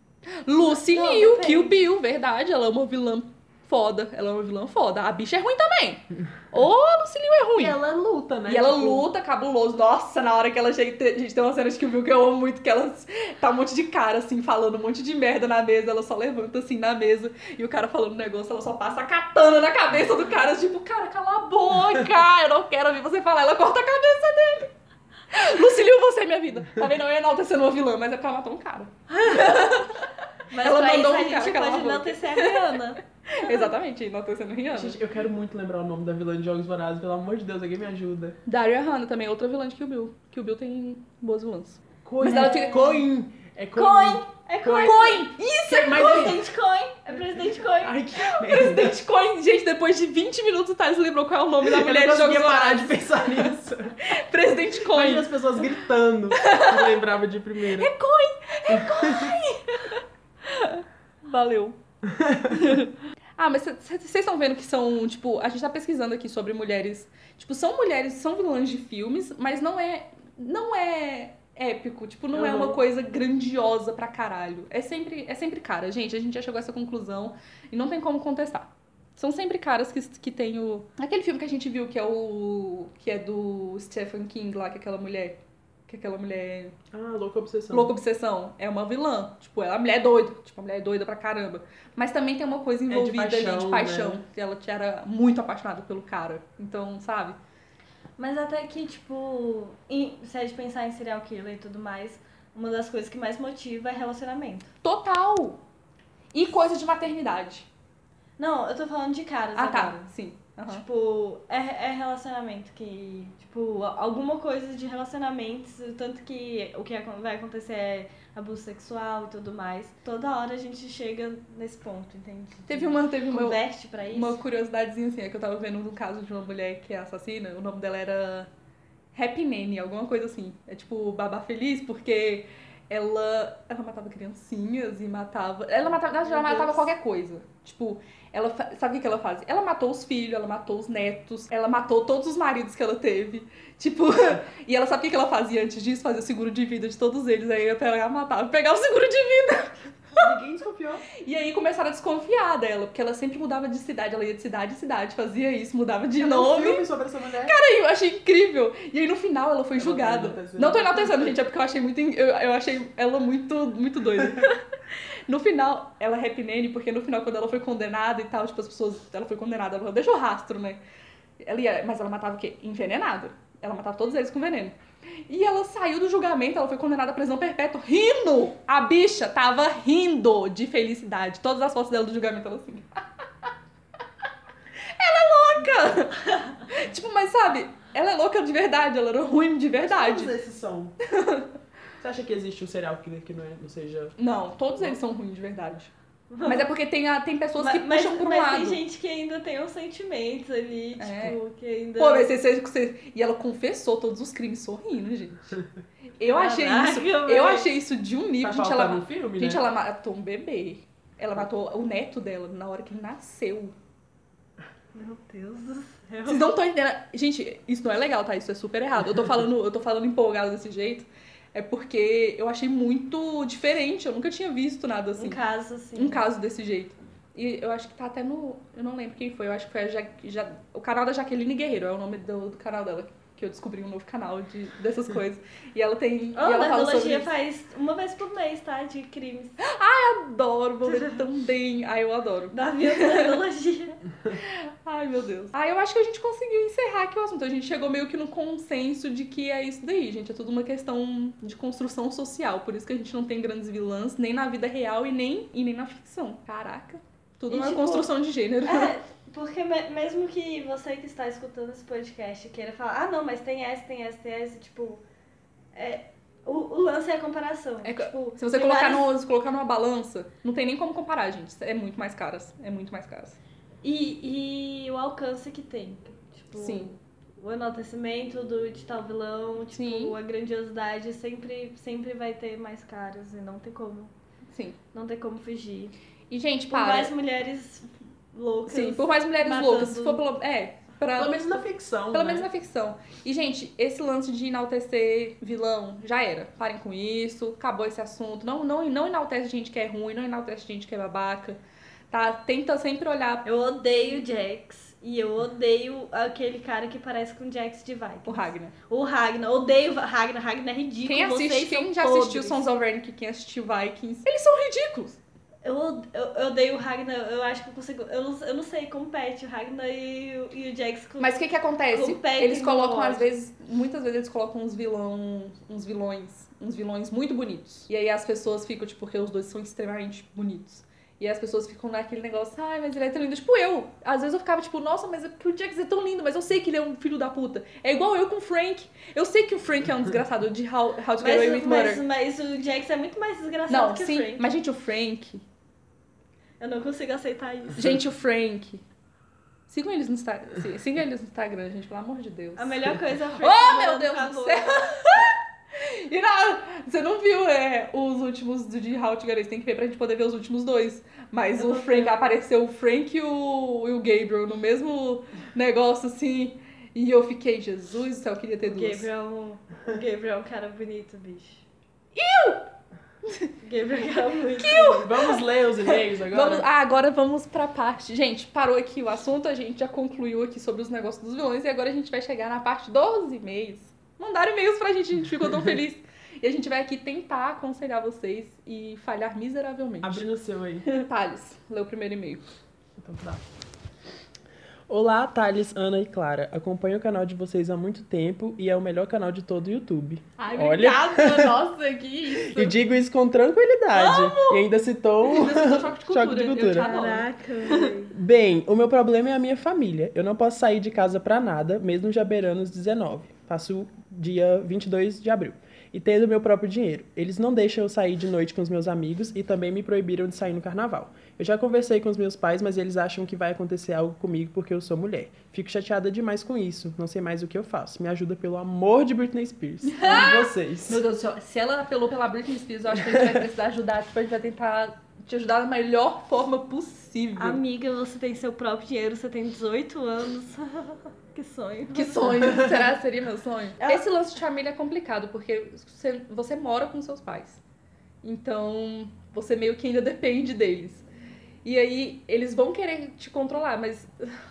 Lucy
Não,
Liu,
depende.
Kill Bill, verdade. Ela é uma vilã foda. Ela é uma vilã foda. A bicha é ruim também. Ô, a Lucy Liu é ruim.
E ela luta, né?
E ela
Tipo,
luta cabuloso. Nossa, na hora que ela chega. A gente tem uma cena de Kill Bill que eu amo muito, que ela tá um monte de cara, assim, falando um monte de merda na mesa. Ela só levanta, assim, na mesa. E o cara falando um negócio, ela só passa a katana na cabeça do cara. Tipo, cara, cala a boca. Eu não quero ouvir você falar. Ela corta a cabeça dele. Lucy Liu, você é minha vida. Tá vendo? Eu ia enaltecendo uma vilã, mas é porque ela matou um cara.
Mas
Ela
pra isso
mandou
a
um cara
gente
calar a
pode
boca.
enaltecer a Rihanna.
Exatamente, enaltecendo Rihanna.
Gente, eu quero muito lembrar o nome da vilã de Jogos Vorazes. Pelo amor de Deus, alguém me ajuda.
Daria Hannah também, outra vilã de Kill Bill. Kill Bill tem boas vilãs.
Coin.
Mas ela fica-
Coin. É Coin.
Coin! É Coin!
Coin! Isso é
Mas
Coin!
Presidente Coin! É Presidente Coin!
Ai, que merda.
Presidente Coin! Gente, depois de vinte minutos o Thales lembrou qual é o nome da
Eu
mulher
não
de Jogos
conseguia parar de
Vorazes.
pensar nisso.
Presidente Coin!
Imagina as pessoas gritando. Eu lembrava de primeira.
Valeu. Ah, mas vocês estão vendo que são, tipo, a gente tá pesquisando aqui sobre mulheres. Tipo, são mulheres, são vilãs de filmes, mas não é. Não é épico, tipo, não é
Uhum.
uma coisa grandiosa pra caralho. É sempre, é sempre cara, gente. A gente já chegou a essa conclusão e não tem como contestar. São sempre caras que, que tem o. Aquele filme que a gente viu que é o. Que é do Stephen King lá, que é aquela mulher. Que é aquela mulher.
Ah, louca obsessão.
Louca Obsessão. É uma vilã. Tipo, ela é uma mulher doida. Tipo, a mulher é doida pra caramba. Mas também tem uma coisa
de
envolvida ali
paixão,
de paixão.
né?
Que ela era muito apaixonada pelo cara. Então, sabe?
Mas até que, tipo, em- se a gente pensar em serial killer e tudo mais, uma das coisas que mais motiva é relacionamento.
Total! E coisa de maternidade.
Não, eu tô falando de caras
Ah,
agora.
tá. Sim. Aham.
Tipo, é, é relacionamento que... Tipo, alguma coisa de relacionamentos, tanto que o que acon- vai acontecer é abuso sexual e tudo mais. Toda hora a gente chega nesse ponto, entende?
Teve uma, teve uma,
Converte pra isso.
uma curiosidadezinha assim, é que eu tava vendo um caso de uma mulher que é assassina. O nome dela era Happy Nanny, alguma coisa assim. É tipo Babá Feliz, porque ela, ela matava criancinhas e matava... Ela matava, na verdade, ela
Meu
matava
Deus.
qualquer coisa. Tipo, ela fa- sabe o que que ela fazia? Ela matou os filhos, ela matou os netos, ela matou todos os maridos que ela teve. Tipo, e ela sabe o que que ela fazia antes disso? Fazia o seguro de vida de todos eles. Aí ela pegava e matava, pegava o seguro de vida.
Ninguém desconfiou.
E aí começaram a desconfiar dela, porque ela sempre mudava de cidade, ela ia de cidade em cidade, fazia isso, mudava de
Tem um
nome.
filme sobre essa mulher.
Cara, eu achei incrível. E aí no final ela foi
Eu não tô
julgada.
enaltecendo.
Não tô enaltecendo, gente, é porque eu achei muito. Eu, eu achei ela muito, muito doida. No final, ela é happy nanny, porque no final, quando ela foi condenada e tal, tipo, as pessoas. Ela foi condenada, ela deixou rastro, né? Ela ia, mas ela matava o quê? Envenenado. Ela matava todos eles com veneno. E ela saiu do julgamento, ela foi condenada à prisão perpétua, rindo! A bicha tava rindo de felicidade. Todas as fotos dela do julgamento, ela assim. Ela é louca! Tipo, mas sabe, ela é louca de verdade, ela era ruim de verdade.
Todos esses são. Você acha que existe um serial killer que não, é, não seja...
Não, todos eles são ruins de verdade. Mas é porque tem, a, tem pessoas que
mas,
puxam
mas,
por um
mas
lado.
tem gente que ainda tem uns sentimentos ali,
É.
tipo, que ainda...
Pô, mas você, você, você... E ela confessou todos os crimes sorrindo, gente. Eu achei
Caraca,
isso.
velho.
Eu achei isso de um nível.
Tá
Gente,
faltando
ela,
um filme,
gente,
né?
ela matou um bebê. Ela matou o neto dela na hora que ele nasceu.
Meu Deus do céu.
Vocês não estão entendendo. Gente, isso não é legal, tá? Isso é super errado. Eu tô falando, eu tô falando empolgado desse jeito. É porque eu achei muito diferente. Eu nunca tinha visto nada assim.
Um caso, assim.
Um caso desse jeito. E eu acho que tá até no... Eu não lembro quem foi. Eu acho que foi a ja... Ja... o canal da Jaqueline Guerreiro. É o nome do, do canal dela. Que eu descobri um novo canal de, dessas coisas. E ela tem...
Oh,
e ela fala sobre
Nerdologia
isso.
faz uma vez por mês, tá? De crimes.
Eu adoro, vou ver também. Ai, eu adoro.
Da minha Nerdologia.
Ai, meu Deus. Ah, eu acho que a gente conseguiu encerrar aqui o assunto. A gente chegou meio que no consenso de que é isso daí, gente. É tudo uma questão de construção social. Por isso que a gente não tem grandes vilãs, nem na vida real e nem, e nem na ficção. Caraca. Tudo
E,
uma
tipo,
construção de gênero.
É, porque me- mesmo que você que está escutando esse podcast queira falar, ah, não, mas tem essa, tem essa, tem essa, tipo... É, o, o lance é a comparação.
É que-
tipo,
Se você
tem
colocar,
várias-
no, se colocar numa balança, não tem nem como comparar, gente. É muito mais caras. É muito mais caras.
E, e o alcance que tem. Tipo,
Sim.
o enaltecimento do, de tal vilão, tipo,
Sim.
a grandiosidade sempre, sempre vai ter mais caras e não tem como,
Sim.
não tem como fugir.
E, gente,
Por
para.
mais mulheres loucas.
Sim, por mais mulheres
matando-
loucas. Se for pelo... É, pra...
Pelo menos na ficção,
Pelo
né?
menos na ficção. E, gente, esse lance de enaltecer vilão, já era. Parem com isso, acabou esse assunto. Não, não, não enaltece gente que é ruim, não enaltece gente que é babaca. Tá? Tenta sempre olhar
Eu odeio Jax. E eu odeio aquele cara que parece com Jax de Vikings.
o Ragnar.
O Ragnar. Odeio Ragnar. Ragnar é ridículo.
Quem assiste,
Vocês
quem
são
já
podres.
assistiu Sons of Anarchy, quem assistiu Vikings, eles são ridículos.
Eu, eu, eu odeio o Ragnar. Eu acho que eu consigo... Eu não, eu não sei, compete o Ragnar e, o- e o Jax com...
Mas o que que acontece?
Competem
Eles
no
colocam,
ódio.
às vezes, muitas vezes eles colocam uns vilão, uns vilões, uns vilões muito bonitos. E aí as pessoas ficam, tipo, porque os dois são extremamente bonitos. E as pessoas ficam naquele negócio, ai, mas ele é tão lindo. Tipo, eu. Às vezes eu ficava, tipo, nossa, mas é porque o Jax é tão lindo, mas eu sei que ele é um filho da puta. É igual eu com o Frank. Eu sei que o Frank é um desgraçado de How, how to Get Away with
Mas,
Murder.
mas, mas o Jax é muito mais desgraçado
Não,
que
sim,
o Frank.
mas gente, o Frank...
Eu não consigo aceitar isso.
Gente, o Frank... Sigam eles no Instagram, sigam eles no Instagram, gente, pelo amor de Deus.
A melhor coisa é o Frank.
Oh, meu
mandando
Deus
pra
do
rua.
céu! E não, você não viu é, os últimos do de How to Get Away, você tem que ver pra gente poder ver os últimos dois. Mas
Eu
o
vou
Frank,
ver.
apareceu o Frank e o, e o Gabriel no mesmo negócio, assim. E eu fiquei, Jesus do céu, eu queria ter duas.
Gabriel, Gabriel é um cara bonito, bicho. Eu! Gabriel é um cara muito bonito.
Vamos ler os e-mails agora?
Vamos, ah, agora vamos pra parte. Gente, parou aqui o assunto, a gente já concluiu aqui sobre os negócios dos vilões e agora a gente vai chegar na parte dos e-mails. Mandaram e-mails pra gente, a gente ficou tão feliz. E a gente vai aqui tentar aconselhar vocês e falhar miseravelmente.
Abrindo o seu aí.
Thales, lê o primeiro e-mail.
Então tá. Olá, Thales, Ana e Clara. Acompanho o canal de vocês há muito tempo e é o melhor canal de todo o YouTube.
Ai,
Olha.
obrigada! Nossa, que isso!
E digo isso com tranquilidade. E ainda citou um
Ainda citou choque de cultura.
choque de
Eu te
cultura.
adoro.
Caraca, velho.
Bem, o meu problema é a minha família. Eu não posso sair de casa pra nada, mesmo já beirando os dezenove. Faço dia vinte e dois de abril. E tendo meu próprio dinheiro. Eles não deixam eu sair de noite com os meus amigos e também me proibiram de sair no carnaval. Eu já conversei com os meus pais, mas eles acham que vai acontecer algo comigo porque eu sou mulher. Fico chateada demais com isso. Não sei mais o que eu faço. Me ajuda pelo amor de Britney Spears. Amo vocês.
Meu Deus do céu, se ela apelou pela Britney Spears, eu acho que a gente vai precisar ajudar. Tipo, a gente vai tentar te ajudar da melhor forma possível.
Amiga, você tem seu próprio dinheiro, você tem dezoito anos. Que sonho.
Que sonho. Será que seria meu sonho?
Ela-
Esse lance de família é complicado, porque você, você mora com seus pais. Então, você meio que ainda depende deles. E aí, eles vão querer te controlar, mas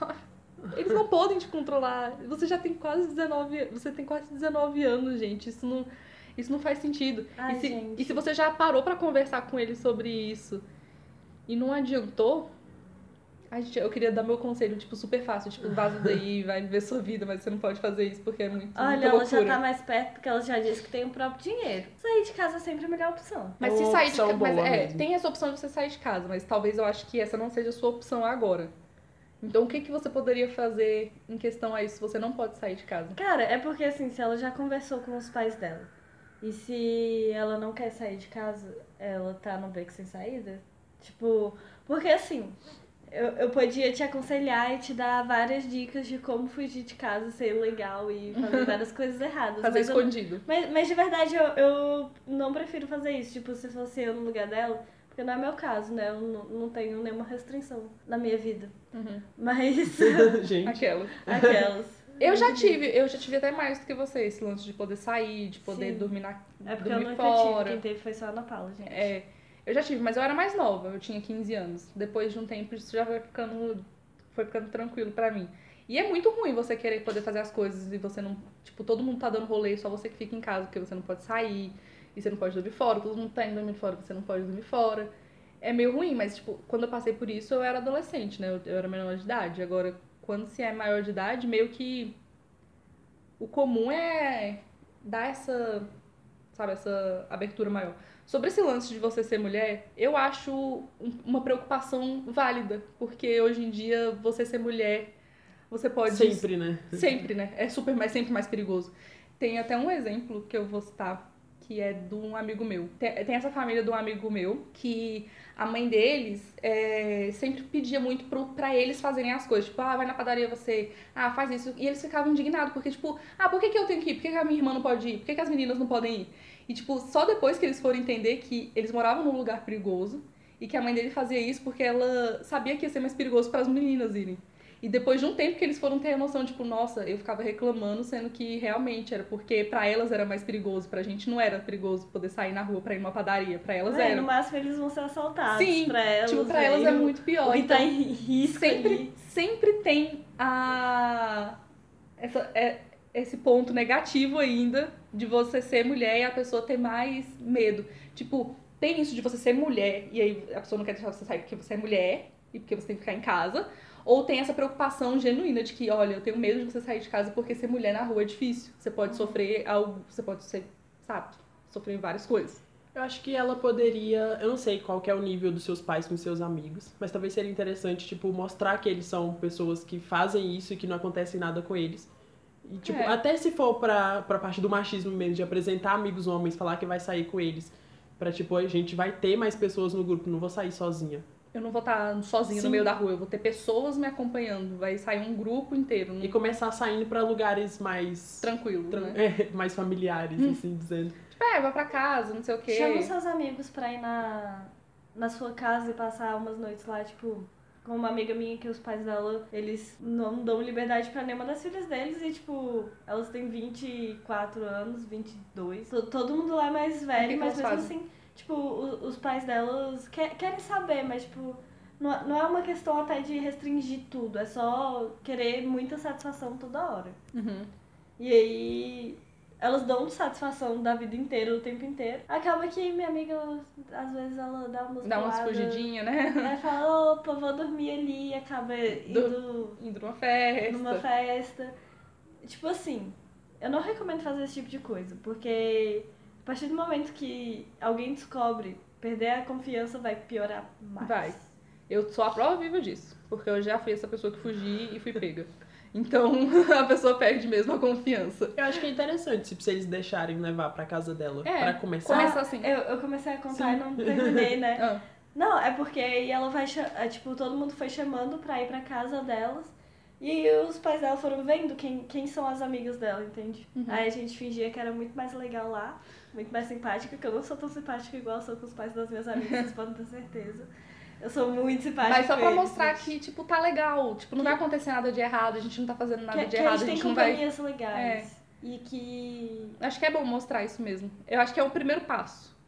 eles não podem te controlar. Você já tem quase dezenove, você tem quase dezenove anos, gente. Isso não, isso não faz sentido.
Ai,
e, se,
gente.
e se você já parou pra conversar com eles sobre isso e não adiantou, ai, gente, eu queria dar meu conselho, tipo, super fácil. Tipo, vaza daí, vai viver sua vida, mas você não pode fazer isso porque é muito
Olha,
muita
ela
loucura.
já tá mais perto porque ela já disse que tem o próprio dinheiro. Sair de casa é sempre a melhor opção.
Mas
É
se
uma
sair de
opção
casa. Mas
boa
é,
mesmo.
tem essa opção de você sair de casa, mas talvez eu acho que essa não seja a sua opção agora. Então o que, que você poderia fazer em questão a isso se você não pode sair de casa?
Cara, é porque assim, se ela já conversou com os pais dela e se ela não quer sair de casa, ela tá no beco sem saída, tipo, porque assim, eu, eu podia te aconselhar e te dar várias dicas de como fugir de casa, ser legal e fazer várias coisas erradas.
Fazer
mas eu-
escondido.
mas, mas de verdade eu, eu não prefiro fazer isso, tipo, se fosse eu no lugar dela, porque não é meu caso, né? Eu não, não tenho nenhuma restrição na minha vida.
Uhum.
Mas
Gente,
Aquela.
aquelas.
Eu já tive, eu já tive até mais do que você, esse lance de poder sair, de poder
Sim.
dormir na
É porque eu
dormir
nunca
fora.
tive, quem teve foi só a Ana Paula, gente.
É, eu já tive, mas eu era mais nova, eu tinha quinze anos. Depois de um tempo, isso já foi ficando, foi ficando tranquilo pra mim. E é muito ruim você querer poder fazer as coisas e você não. Tipo, todo mundo tá dando rolê, só você que fica em casa, porque você não pode sair, e você não pode dormir fora, todo mundo tá indo dormir fora, você não pode dormir fora. É meio ruim, mas, tipo, quando eu passei por isso, eu era adolescente, né? Eu, eu era menor de idade. Agora, quando se é maior de idade, meio que. O comum é dar essa. Sabe, essa abertura maior. Sobre esse lance de você ser mulher, eu acho um- uma preocupação válida, porque hoje em dia você ser mulher, você pode
sempre, né?
sempre, né? É super mais sempre mais perigoso. Tem até um exemplo que eu vou citar, que é de um amigo meu. Tem, tem essa família de um amigo meu que a mãe deles é, sempre pedia muito pro, pra eles fazerem as coisas. Tipo, ah, vai na padaria você, ah, faz isso. E eles ficavam indignados, porque, tipo, ah, por que, que eu tenho que ir? Por que, que a minha irmã não pode ir? Por que, que as meninas não podem ir? E, tipo, só depois que eles foram entender que eles moravam num lugar perigoso e que a mãe dele fazia isso porque ela sabia que ia ser mais perigoso para as meninas irem. E depois de um tempo que eles foram ter a noção, tipo, nossa, eu ficava reclamando, sendo que realmente era porque pra elas era mais perigoso, pra gente não era perigoso poder sair na rua pra ir numa padaria, pra elas
É,
era.
no máximo eles vão ser assaltados.
Sim,
pra elas,
tipo, pra elas é
aí,
muito pior.
O que
Então,
tá em risco
sempre,
ali.
sempre tem a essa, é, esse ponto negativo ainda de você ser mulher e a pessoa ter mais medo. Tipo, tem isso de você ser mulher e aí a pessoa não quer deixar você sair porque você é mulher e porque você tem que ficar em casa. Ou tem essa preocupação genuína de que, olha, eu tenho medo de você sair de casa porque ser mulher na rua é difícil. Você pode sofrer algo, você pode ser, sabe, sofrer várias coisas.
Eu acho que ela poderia, eu não sei qual que é o nível dos seus pais com seus amigos, mas talvez seria interessante, tipo, mostrar que eles são pessoas que fazem isso e que não acontece nada com eles. E, tipo,
É.
até se for pra, pra parte do machismo mesmo, de apresentar amigos homens, falar que vai sair com eles, pra, tipo, a gente vai ter mais pessoas no grupo, não vou sair sozinha.
Eu não vou estar sozinha
Sim.
no meio da rua, eu vou ter pessoas me acompanhando, vai sair um grupo inteiro,
E
um
começar saindo pra lugares mais...
tranquilo,
tran-
né?
é, mais familiares, assim dizendo.
Tipo, é, vai pra casa, não sei o quê.
Chama os seus amigos pra ir na, na sua casa e passar umas noites lá, tipo... Com uma amiga minha que os pais dela, eles não dão liberdade pra nenhuma das filhas deles e, tipo, elas têm vinte e quatro anos, vinte e dois. To- Todo mundo lá é mais
que
velho,
que
mas
elas
mesmo
fazem?
assim, tipo, o- os pais delas que- querem saber, mas, tipo, não é- não é uma questão até de restringir tudo, é só querer muita satisfação toda hora.
Uhum.
E aí, elas dão satisfação da vida inteira, o tempo inteiro. Acaba que minha amiga, às vezes, ela dá umas
Dá umas
puladas.
fugidinhas, né?
Ela fala, opa, vou dormir ali, e acaba indo
Indo numa festa.
numa festa. Tipo assim, eu não recomendo fazer esse tipo de coisa, porque a partir do momento que alguém descobre, perder a confiança vai piorar mais.
Vai. Eu sou a prova viva disso, porque eu já fui essa pessoa que fugi e fui prega. Então, a pessoa perde mesmo a confiança.
Eu acho que é interessante, tipo, se eles deixarem levar pra casa dela,
É,
pra começar.
começa assim.
Eu, eu comecei a contar
Sim.
e não terminei, né?
Ah,
Não, é porque aí ela vai, cha- é, tipo, todo mundo foi chamando pra ir pra casa delas. E os pais dela foram vendo quem, quem são as amigas dela, entende?
Uhum.
Aí a gente fingia que era muito mais legal lá, muito mais simpática, que eu não sou tão simpática igual eu sou com os pais das minhas amigas, vocês podem ter certeza. Eu sou muito simpática
mas só
com
pra
eles,
mostrar
gente.
que, tipo, tá legal. Tipo, não vai acontecer nada de errado, a gente não tá fazendo nada
que,
de
que
errado,
a gente tem
não vai...
companhias legais. E que...
Acho que é bom mostrar isso mesmo. Eu acho que é o primeiro passo.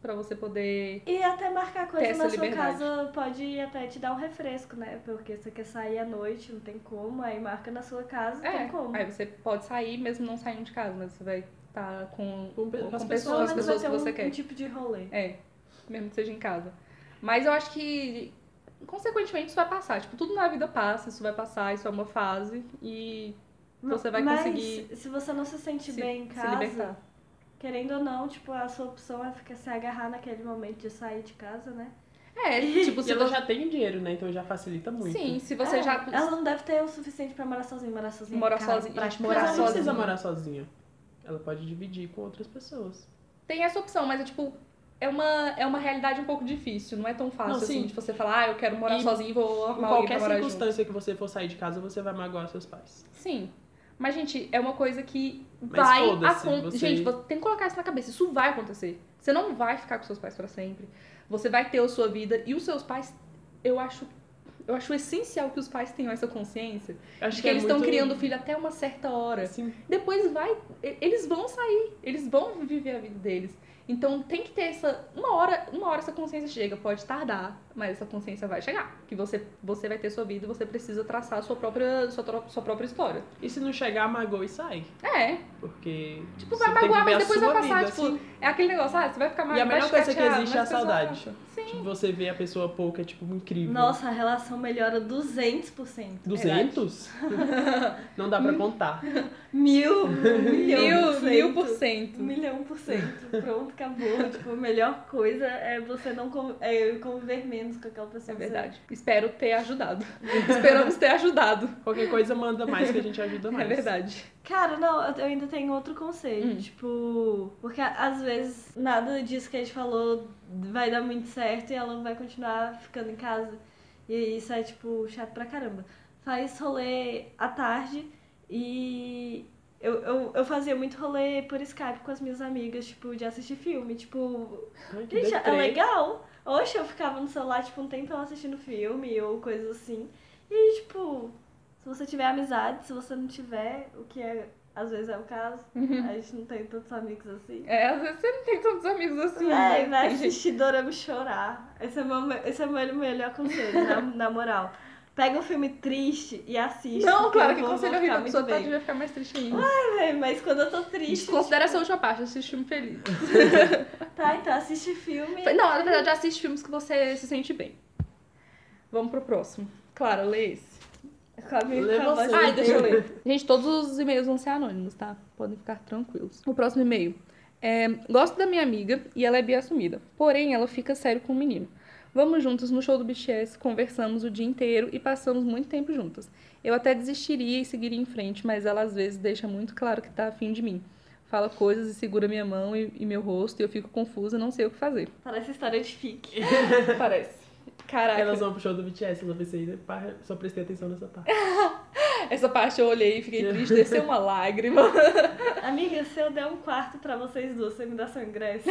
pra você poder...
E até marcar
Ter
coisa
essa
na sua
liberdade.
casa pode até te dar um refresco, né? Porque você quer sair à noite, não tem como, aí marca na sua casa,
É,
tem como.
aí você pode sair mesmo não saindo de casa, mas você vai estar com,
Com pe-
com,
com as
com
pessoas,
pessoas,
Pelo
as
menos vai
pessoas
ter
que você
um,
quer.
um tipo de rolê.
É, mesmo que seja em casa. Mas eu acho que, consequentemente, isso vai passar. Tipo, tudo na vida passa, isso vai passar, isso é uma fase e você vai
Mas
conseguir
se você não se sente
se,
bem em
se
casa,
libertar.
querendo ou não, tipo, a sua opção é ficar se agarrar naquele momento de sair de casa, né?
É, tipo,
E
se
ela
você...
já tem dinheiro, né? Então já facilita muito.
Sim, se você
É,
já...
Ela não deve ter o suficiente pra morar sozinha. Morar sozinha
Morar
é caro
sozinha,
pra
gente,
Mas
morar
ela
caralho.
não precisa
sozinha.
morar sozinha. Ela pode dividir com outras pessoas.
Tem essa opção, mas é tipo... É uma, é uma realidade um pouco difícil, não é tão fácil
Não,
assim
sim.
de você falar, ah, eu quero morar
E
sozinho e vou
Em
arrumar alguém pra
qualquer
morar junto.
circunstância que você for sair de casa, você vai magoar seus pais.
Sim. Mas, gente, é uma coisa que
Mas
vai
foda-se,
acontecer.
você-
Gente, você tem que colocar isso na cabeça. Isso vai acontecer. Você não vai ficar com seus pais pra sempre. Você vai ter a sua vida. E os seus pais, eu acho, eu acho essencial que os pais tenham essa consciência
Acho
de que,
é
eles estão
muito-
criando filho até uma certa hora.
Assim,
Depois vai. e- Eles vão sair. Eles vão viver a vida deles. Então tem que ter essa. Uma hora, uma hora essa consciência chega. Pode tardar, mas essa consciência vai chegar. Que você, você vai ter sua vida e você precisa traçar a sua própria, sua, tro- sua própria história.
e se não chegar, magoa e sai.
É.
Porque.
Tipo,
você
vai
tem que
magoar,
ver
mas
a
depois
sua
vai passar.
vida,
Tipo,
assim.
é aquele negócio, ah, você vai ficar mais
E a melhor coisa que existe é a
mas
saudade.
depois vai. Sim.
Tipo, você vê a pessoa pouco, é tipo incrível.
Nossa, a relação melhora duzentos por cento.
duzentos? Não dá pra contar.
Mil, um milhão
Mil, mil por cento.
Um milhão por cento. Pronto, acabou. Tipo, a melhor coisa é você não con- é conviver menos com aquela pessoa.
É verdade. Espero ter ajudado. Esperamos ter ajudado.
Qualquer coisa manda mais que a gente ajuda mais.
É verdade.
Cara, não, eu ainda tenho outro conselho.
Hum.
Tipo, porque às vezes nada disso que a gente falou vai dar muito certo e ela vai continuar ficando em casa. E isso é, tipo, chato pra caramba. Faz rolê à tarde e eu, eu, eu fazia muito rolê por Skype com as minhas amigas, tipo, de assistir filme. Tipo,
Ai, que
gente, é
deprê.
legal. Oxe, eu ficava no celular, tipo, um tempão assistindo filme ou coisas assim. E, tipo, se você tiver amizade, se você não tiver, o que é, às vezes é o caso, a gente não tem tantos amigos assim.
É, às vezes você não tem tantos amigos assim.
Véi,
né?
vai
Tem gente-
assistir Dorama chorar. Esse é, meu, esse é o meu melhor conselho, na, na moral. Pega um filme triste e assiste.
Não,
porque
claro
eu
que
vou-
conselho
vou
horrível.
ficar
A pessoa
muito
tá,
bem.
vai ficar mais triste ainda.
Véi, mas quando eu tô triste...
Desconsidera essa última parte, assiste filme feliz.
Tá, então assiste filme.
Não, na verdade, assiste filmes que você se sente bem. Vamos pro próximo. Clara, lê esse.
Com a minha-
Lê
com a voz
você.
Ai,
de
deixa eu
Deus.
ler. Gente, todos os e-mails vão ser anônimos, tá? Podem ficar tranquilos. O próximo e-mail. É, gosto da minha amiga e ela é bi assumida. Porém, ela fica sério com o menino. Vamos juntos no show do B T S, conversamos o dia inteiro e passamos muito tempo juntas. Eu até desistiria e seguiria em frente, mas ela às vezes deixa muito claro que tá afim de mim. Fala coisas e segura minha mão e, e meu rosto e eu fico confusa, não sei o que fazer.
Parece história de fique.
Parece. Caraca.
Elas vão pro show do B T S, eu pensei, pá, só prestei atenção nessa parte.
Essa parte eu olhei e fiquei triste, desceu uma lágrima.
Amiga, se eu der um quarto pra vocês duas, você me dá seu ingresso?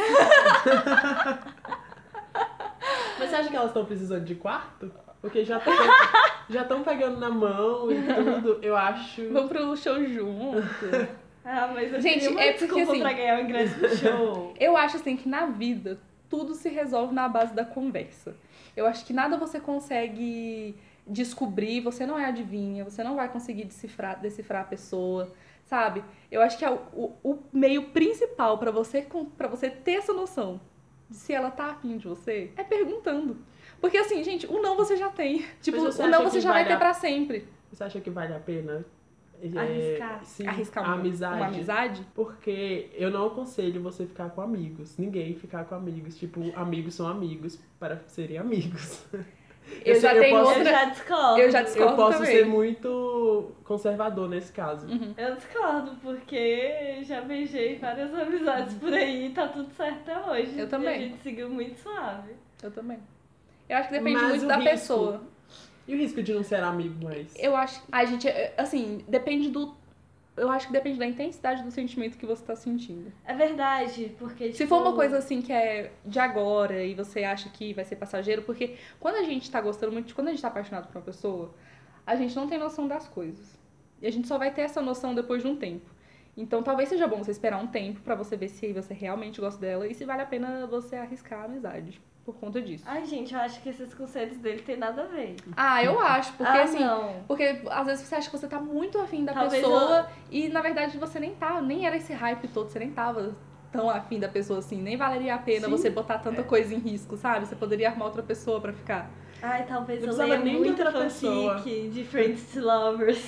Mas você acha que elas estão precisando de quarto? Porque já estão já tão pegando na mão e tudo, eu acho...
Vamos pro show junto.
Ah, mas eu
Gente,
queria uma
é porque,
desculpa
assim,
pra ganhar o ingresso do show.
Eu acho assim que na vida tudo se resolve na base da conversa. Eu acho que nada você consegue descobrir, você não é adivinha, você não vai conseguir decifrar, decifrar a pessoa, sabe? Eu acho que é o, o, o meio principal pra você, para você ter essa noção de se ela tá afim de você é perguntando. Porque assim, gente, o não você já tem. Tipo,
Mas você
o não
acha
você
que
já vai
vale
ter
a-
pra sempre.
Você acha que vale a pena? é,
Arriscar.
sim,
Arriscar
a
uma
amizade.
uma amizade.
Porque eu não aconselho você ficar com amigos. Ninguém ficar com amigos. Tipo, amigos são amigos para serem amigos.
Eu, já
sei- eu
tenho
posso-
Eu
outra.
já discordo.
Eu já discordo
Eu posso
também.
ser muito conservador nesse caso.
Uhum.
Eu discordo, porque já beijei várias amizades por aí e tá tudo certo até hoje.
Eu também.
E a gente seguiu muito suave.
Eu também. Eu acho que depende
Mas
muito
o
da
risco?
pessoa.
E o risco de não ser amigo mais?
Eu acho. Ai, gente, é- assim, depende do. Eu acho que depende da intensidade do sentimento que você tá sentindo.
É verdade, porque tipo...
Se for uma coisa assim que é de agora e você acha que vai ser passageiro, porque quando a gente tá gostando muito, quando a gente tá apaixonado por uma pessoa, a gente não tem noção das coisas. E a gente só vai ter essa noção depois de um tempo. Então talvez seja bom você esperar um tempo pra você ver se você realmente gosta dela e se vale a pena você arriscar a amizade por conta disso.
Ai, gente, eu acho que esses conselhos dele tem nada a ver.
Ah, eu acho, porque
ah,
assim,
não.
porque às vezes você acha que você tá muito afim da
Talvez
pessoa e na verdade você nem tá, nem era esse hype todo, você nem tava tão afim da pessoa assim, nem valeria a pena
Sim.
você botar tanta coisa em risco, sabe? Você poderia arrumar outra pessoa pra ficar.
Ai, talvez
Não
eu
precisava
leia
nem de
muito
outra pessoa.
fanfic de Friends to Lovers.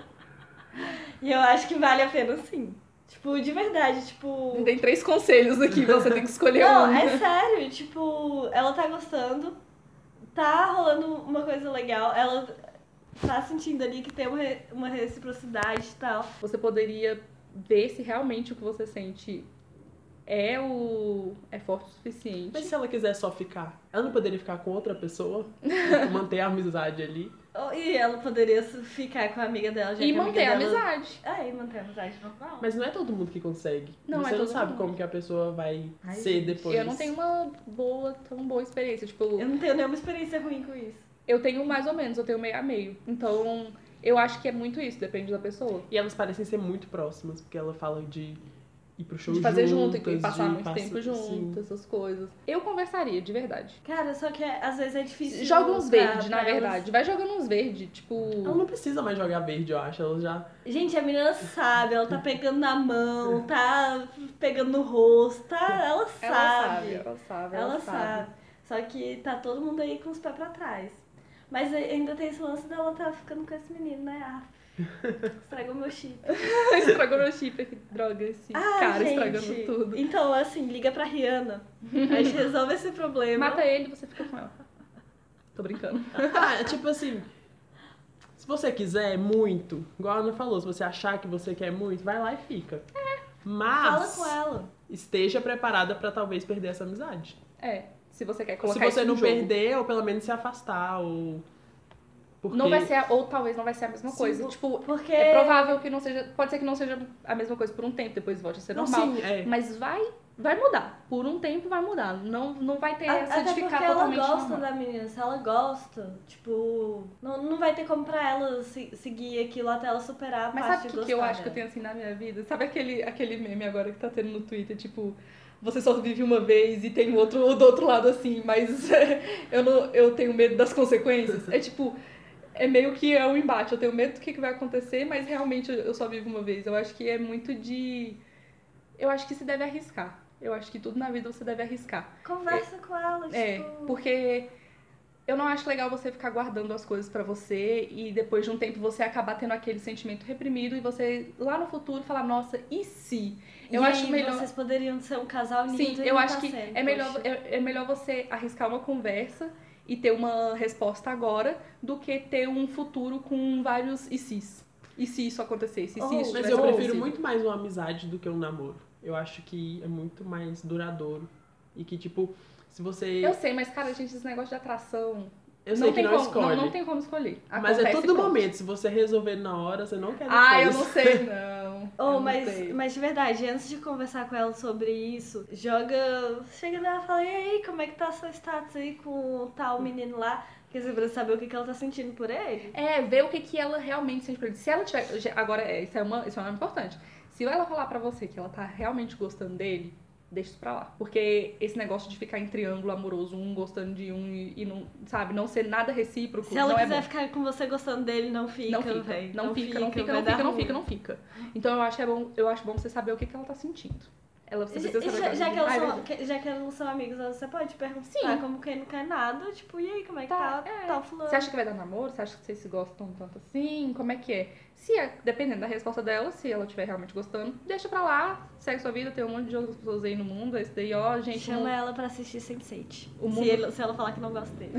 E eu acho que vale a pena sim. Tipo, de verdade, tipo...
Tem três conselhos aqui, você tem que escolher
Não,
um.
é sério, tipo, ela tá gostando, tá rolando uma coisa legal, ela tá sentindo ali que tem uma, re- uma reciprocidade e tal.
Você poderia ver se realmente o que você sente é o é forte o suficiente.
Mas se ela quiser só ficar, ela não poderia ficar com outra pessoa? Manter a amizade ali?
E ela poderia ficar com a amiga dela, já
E
que a
manter a
amiga dela...
amizade.
É, e manter a amizade normal.
Mas não é todo mundo que consegue.
Não
Você
é
não
todo
sabe
mundo.
como que a pessoa vai
Ai,
ser
gente,
depois.
Eu não tenho uma boa, tão boa experiência. Tipo,
Eu não tenho nenhuma experiência ruim com isso.
eu tenho mais ou menos, eu tenho meio a meio. Então, eu acho que é muito isso, depende da pessoa.
E elas parecem ser muito próximas, porque ela fala de ir pro show
De fazer
juntas,
junto e passar
de
muito
passa-
tempo junto,
sim.
essas coisas. Eu conversaria, de verdade.
Cara, só que às vezes é difícil...
Joga uns
pra-
verdes,
pra
na
elas-
verdade. Vai jogando uns verdes, tipo...
Ela não precisa mais jogar verde, eu acho. Ela já.
Gente, a menina sabe, ela tá pegando na mão, tá pegando no rosto, tá? Ela sabe.
Ela sabe, ela sabe,
Ela sabe. Só que tá todo mundo aí com os pés pra trás. Mas ainda tem esse lance dela tá ficando com esse menino, né? Ah, estragou meu chip.
Estragou meu chip, que droga, esse
Ah,
cara
gente.
estragando tudo.
Então, assim, liga pra Rihanna. A gente resolve esse problema.
Mata ele e você fica com ela. Tô brincando.
Ah, é tipo assim. Se você quiser muito, igual a Ana falou, se você achar que você quer muito, vai lá e fica.
É.
Mas
Fala com ela.
esteja preparada pra talvez perder essa amizade.
É, se você quer
Se
colocar
você
isso
não
no jogo.
perder, ou pelo menos se afastar, ou. Porque...
Não vai ser, a- ou talvez não vai ser a mesma
Sim,
coisa.
por-
Tipo,
Porque...
é provável que não seja. Pode ser que não seja a mesma coisa por um tempo, depois volte a ser
Não,
normal.
sim, é.
Mas vai, vai mudar. Por um tempo vai mudar. Não, não vai ter
A-
essa
Até
de
porque
ficar
ela
totalmente
gosta
normal.
da menina. Se ela gosta, tipo, não, não vai ter como pra ela se- seguir aquilo até ela superar a
Mas
parte
sabe o
de
que, que eu
gostar
acho que eu
dela.
tenho assim na minha vida? Sabe aquele, aquele meme agora que tá tendo no Twitter, tipo, você só vive uma vez e tem outro do outro lado assim, mas eu, não, eu tenho medo das consequências? É tipo, é meio que é um embate. Eu tenho medo do que, que vai acontecer, mas realmente eu só vivo uma vez. Eu acho que é muito de. Eu acho que se deve arriscar. Eu acho que tudo na vida você deve arriscar.
Conversa com ela, tipo...
É, porque eu não acho legal você ficar guardando as coisas pra você e depois de um tempo você acabar tendo aquele sentimento reprimido e você lá no futuro falar, nossa, e se? Eu
e
acho
aí,
melhor.
vocês poderiam ser um casal lindo
Sim,
e
eu
não
acho
tá
que
sendo,
é melhor,
poxa.
é, é melhor você arriscar uma conversa e ter uma resposta agora do que ter um futuro com vários e se's. E se isso acontecesse? E se
Oh,
isso
Mas
tivesse
eu prefiro
acontecido?
muito mais uma amizade do que um namoro. Eu acho que é muito mais duradouro. E que, tipo, se você.
Eu sei, mas cara, gente, esse negócio de atração.
Eu sei que
tem
não
como,
escolhe.
Não, não tem como escolher.
Mas é
Acontece
tudo no
pronto.
momento. Se você resolver na hora, você não quer depois.
Ah, eu não sei, não.
Oh,
Eu não
mas,
sei.
mas de verdade, antes de conversar com ela sobre isso, joga. Chega nela e fala, e aí, como é que tá seu status aí com o tal menino lá? Quer dizer, pra saber o que, que ela tá sentindo por ele.
É, ver o que, que ela realmente sente por ele. Se ela tiver. Agora, é, isso é uma, isso é uma coisa importante. Se ela falar pra você que ela tá realmente gostando dele, deixa isso pra lá. Porque esse negócio de ficar em triângulo amoroso, um gostando de um e, e não, sabe, não ser nada recíproco,
Se ela
não
quiser
é bom.
ficar com você gostando dele, não fica,
Não fica,
véi.
não fica, não fica,
vai
não
dar
fica, não
ruim.
fica, não fica. Então eu acho, é bom, eu acho bom você saber o que, que ela tá sentindo. Ela você
Já,
precisa saber o
já,
que
já,
ela
que
tá
elas
sentindo.
são,
Ah, é
que- já que elas não são amigas, você pode perguntar
Sim.
como quem não quer nada, tipo, e aí, como é que
Tá,
tá,
é.
tá o fulano?
Você acha que vai dar namoro? Você acha que vocês se gostam tanto assim? Como é que é? Se é, dependendo da resposta dela, se ela estiver realmente gostando, deixa pra lá, segue sua vida, tem um monte de outras pessoas aí no mundo, esse daí, ó, gente.
Chama
não-
ela pra assistir sense eight.
O
Se,
mundo-
ele- se ela falar que não gosta dele.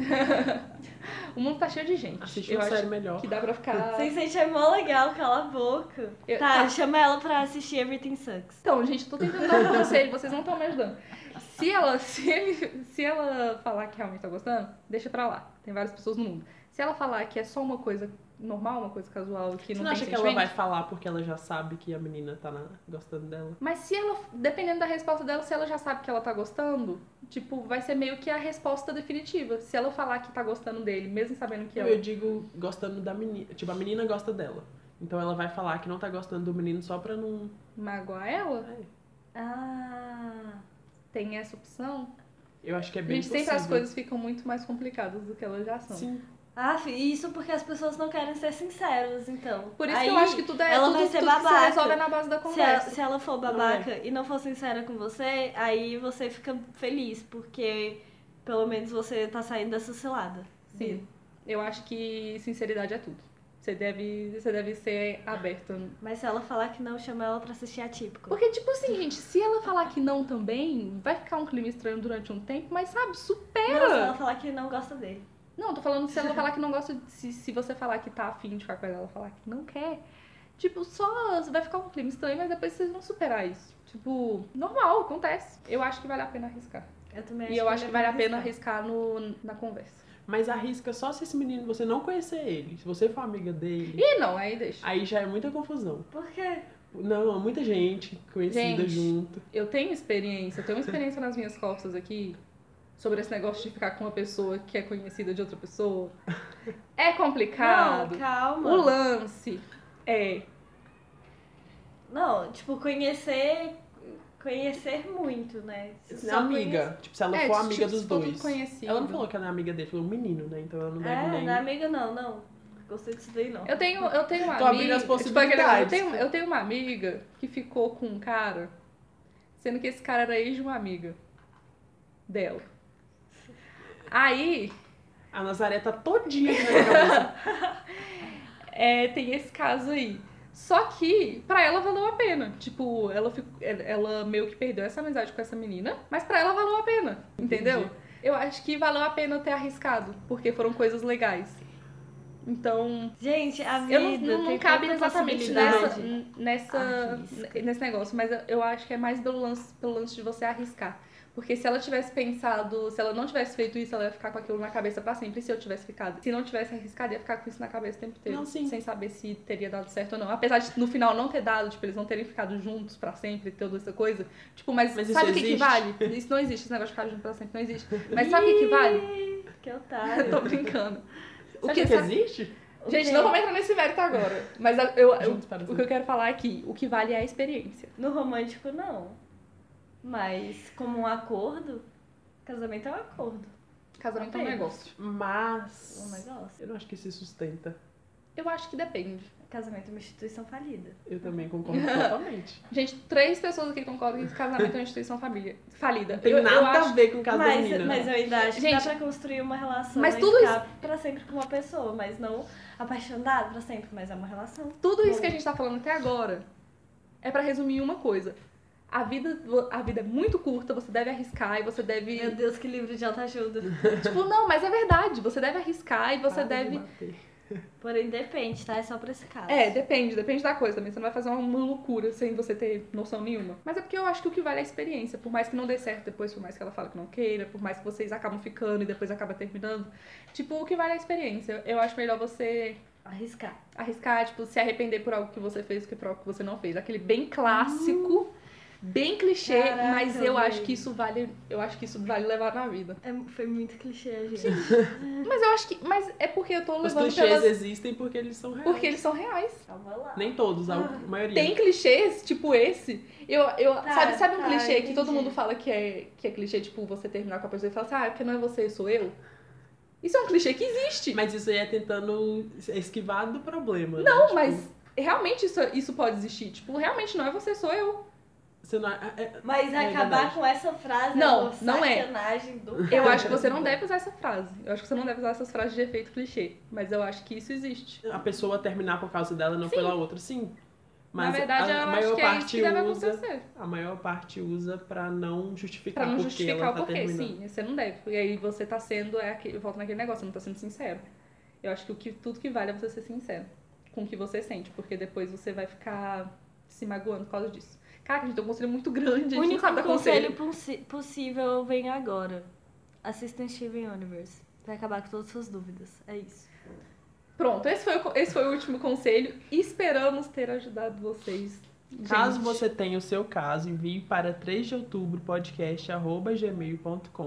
O mundo tá cheio de gente.
Assistir
eu
uma
acho
série melhor.
que dá pra ficar.
sense eight é mó legal, cala a boca.
Eu-
Tá,
tá.
chama ela pra assistir Everything Sucks.
Então, gente, eu tô tentando dar um conselho, vocês não estão me ajudando. Se ela, se, ele, se ela falar que realmente tá gostando, deixa pra lá. Tem várias pessoas no mundo. Se ela falar que é só uma coisa normal, uma coisa casual, que
Você
não,
não
tem
acha que ela
sentimento,
vai falar porque ela já sabe que a menina tá na- gostando dela?
mas se ela, dependendo da resposta dela, se ela já sabe que ela tá gostando, tipo, vai ser meio que a resposta definitiva. Se ela falar que tá gostando dele, mesmo sabendo que
Eu,
ela...
eu digo gostando da menina. Tipo, a menina gosta dela. Então ela vai falar que não tá gostando do menino só pra não...
Magoar ela?
É,
Ah.
Tem essa opção?
eu acho que é bem
Gente,
possível.
sempre as coisas ficam muito mais complicadas do que elas já são.
Sim.
Ah, fi- isso porque as pessoas não querem ser sinceras, então.
Por isso
Aí,
que eu acho que tudo é
ela
tudo,
vai ser
tudo que se
babaca.
resolve na base da
Se ela,
conversa.
se ela for babaca e não for sincera com você, aí você fica feliz, porque pelo menos você tá saindo dessa cilada.
Sim. Eu acho que sinceridade é tudo. Você deve, você deve ser aberta.
Mas se ela falar que não, chama ela pra assistir Atípico.
Porque, tipo assim, gente, se ela falar que não também, vai ficar um clima estranho durante um tempo, mas sabe, supera.
Não, se ela falar que não gosta dele.
Não, tô falando se ela falar que não gosta, de, se, se você falar que tá afim de ficar com ela, ela falar que não quer. Tipo, só vai ficar um clima estranho, mas depois vocês vão superar isso. Tipo, normal, acontece. Eu acho que vale a pena arriscar.
Eu também acho
E eu acho que vale a pena
arriscar.
arriscar no, na conversa.
Mas arrisca só se esse menino, você não conhecer ele. Se você for amiga dele,
E não, aí deixa.
aí já é muita confusão.
Por quê?
Não, muita gente conhecida
Gente.
junto.
Eu tenho experiência, eu tenho uma experiência nas minhas costas aqui sobre esse negócio de ficar com uma pessoa que é conhecida de outra pessoa. É complicado.
Não, calma.
O lance é...
Não, tipo, conhecer... Conhecer muito, né? Só
amiga.
conhecer-
Tipo, se ela
é,
for
tipo,
amiga
se
dos
for tudo
dois.
conhecido.
Ela não falou que ela é amiga dele, falou menino, né? Então ela não deve
É,
nem...
não é amiga não, não. Gostei disso daí, não.
Eu tenho, eu tenho uma
Tô abrindo
amiga...
as
tipo, aquele negócio, eu,
possibilidades.
tenho, eu tenho uma amiga que ficou com um cara, sendo que esse cara era ex de uma amiga dela. Aí...
A Nazaré tá todinha aqui na minha cabeça.
É, tem esse caso aí. Só que, pra ela valeu a pena. Tipo, ela, fico, ela meio que perdeu essa amizade com essa menina, mas pra ela valeu a pena, entendeu?
Entendi.
Eu acho que valeu a pena eu ter arriscado, porque foram coisas legais. Então,
Gente, a vida
eu não, não, não
tem
cabe
tanta
exatamente
possibilidade.
nessa, nessa,
Arrisca.
nesse negócio, mas eu, eu acho que é mais pelo lance, pelo lance de você arriscar. Porque se ela tivesse pensado, se ela não tivesse feito isso, ela ia ficar com aquilo na cabeça pra sempre. E se eu tivesse ficado? Se não tivesse arriscado, ia ficar com isso na cabeça o tempo inteiro.
Não, sim.
Sem saber se teria dado certo ou não. Apesar de no final não ter dado, tipo, eles não terem ficado juntos pra sempre, toda essa coisa. Tipo, mas,
Mas isso
sabe o que que
existe?
vale? Isso não existe, esse negócio de ficar junto pra sempre, não existe. Mas sabe o que que vale?
Ih, que otário.
Tô brincando.
O
O
que,
que
que
sabe-
existe?
Gente,
quê?
não vamos entrar nesse mérito agora. Mas eu, eu-
Juntos para
o
sempre.
que eu quero falar aqui, o que vale é a experiência.
No romântico, não. Mas como um acordo, casamento é um acordo.
Casamento é um
Apenas.
negócio.
Mas...
Um negócio.
Eu não acho que se sustenta.
Eu acho que depende.
Casamento é uma instituição falida.
Eu também concordo totalmente.
Gente, três pessoas aqui concordam que casamento é uma instituição família, falida.
Não tem
eu,
nada
eu
a
acho...
ver com o caso da
Mas,
menina.
mas eu ainda acho que
Gente,
dá pra construir uma relação
mas
e
tudo
ficar pra sempre com uma pessoa, mas não apaixonado pra sempre, mas é uma relação.
Tudo isso
Bom.
que a gente tá falando até agora é pra resumir uma coisa. A vida, a vida é muito curta, você deve arriscar e você deve...
Meu Deus, que livro de autoajuda.
Tipo, não, mas é verdade. Você deve arriscar e você
Para de
deve...
bater.
Porém, depende, tá? É só pra esse caso.
É, depende, depende da coisa também. Você não vai fazer uma loucura sem você ter noção nenhuma. Mas é porque eu acho que o que vale é a experiência. Por mais que não dê certo depois, por mais que ela fale que não queira, por mais que vocês acabam ficando e depois acaba terminando. Tipo, o que vale é a experiência. Eu acho melhor você
Arriscar.
arriscar, tipo, se arrepender por algo que você fez do que por algo que você não fez. Aquele bem clássico, bem clichê,
Caraca,
mas eu acho
velho.
que isso vale, eu acho que isso vale levar na vida.
É, foi muito clichê, gente.
Mas eu acho que, mas é porque eu tô
Os
levando
clichês
pelas,
existem porque eles são reais.
porque eles são reais.
Calma lá.
Nem todos, a
Ah.
maioria.
Tem clichês, tipo esse. Eu, eu,
Tá,
sabe, sabe um
tá,
clichê que todo
entendi.
mundo fala que é, que é clichê, tipo, você terminar com a pessoa e falar assim, ah, é porque não é você, sou eu? Isso é um clichê que existe.
Mas isso aí é tentando esquivar do problema.
Não,
né? Tipo,
mas realmente isso, isso pode existir. Tipo, realmente não é você, sou eu.
Você não, é, é-
Mas
É
acabar
verdade.
com essa frase
Não,
é uma
não é.
sacanagem do
Eu
cara.
acho que você não deve usar essa frase. Eu acho que você não deve usar essas frases de efeito clichê. Mas eu acho que isso existe.
a pessoa terminar por causa dela não
Sim.
pela outra, sim. Mas
Na verdade,
a, a
eu
maior
acho que é isso
parte
que deve
usa,
acontecer.
a maior parte usa pra não justificar
Pra não
porque
justificar
ela
o
tá
porquê,
terminando.
sim. Você não deve. E aí você tá sendo, é aquele, volta naquele negócio, você não tá sendo sincero. Eu acho que, o que tudo que vale é você ser sincero com o que você sente, porque depois você vai ficar se magoando por causa disso. Cara, a gente tem um conselho muito grande, a
O
gente não
único
sabe dar
conselho
conselho.
possi- possível vem agora. Assistam Steven Universe. Vai acabar com todas as suas dúvidas. É isso.
Pronto, esse foi, o, esse foi o último conselho. Esperamos ter ajudado vocês.
Caso
Gente,
você tenha o seu caso, envie para três de outubro podcast arroba gmail ponto com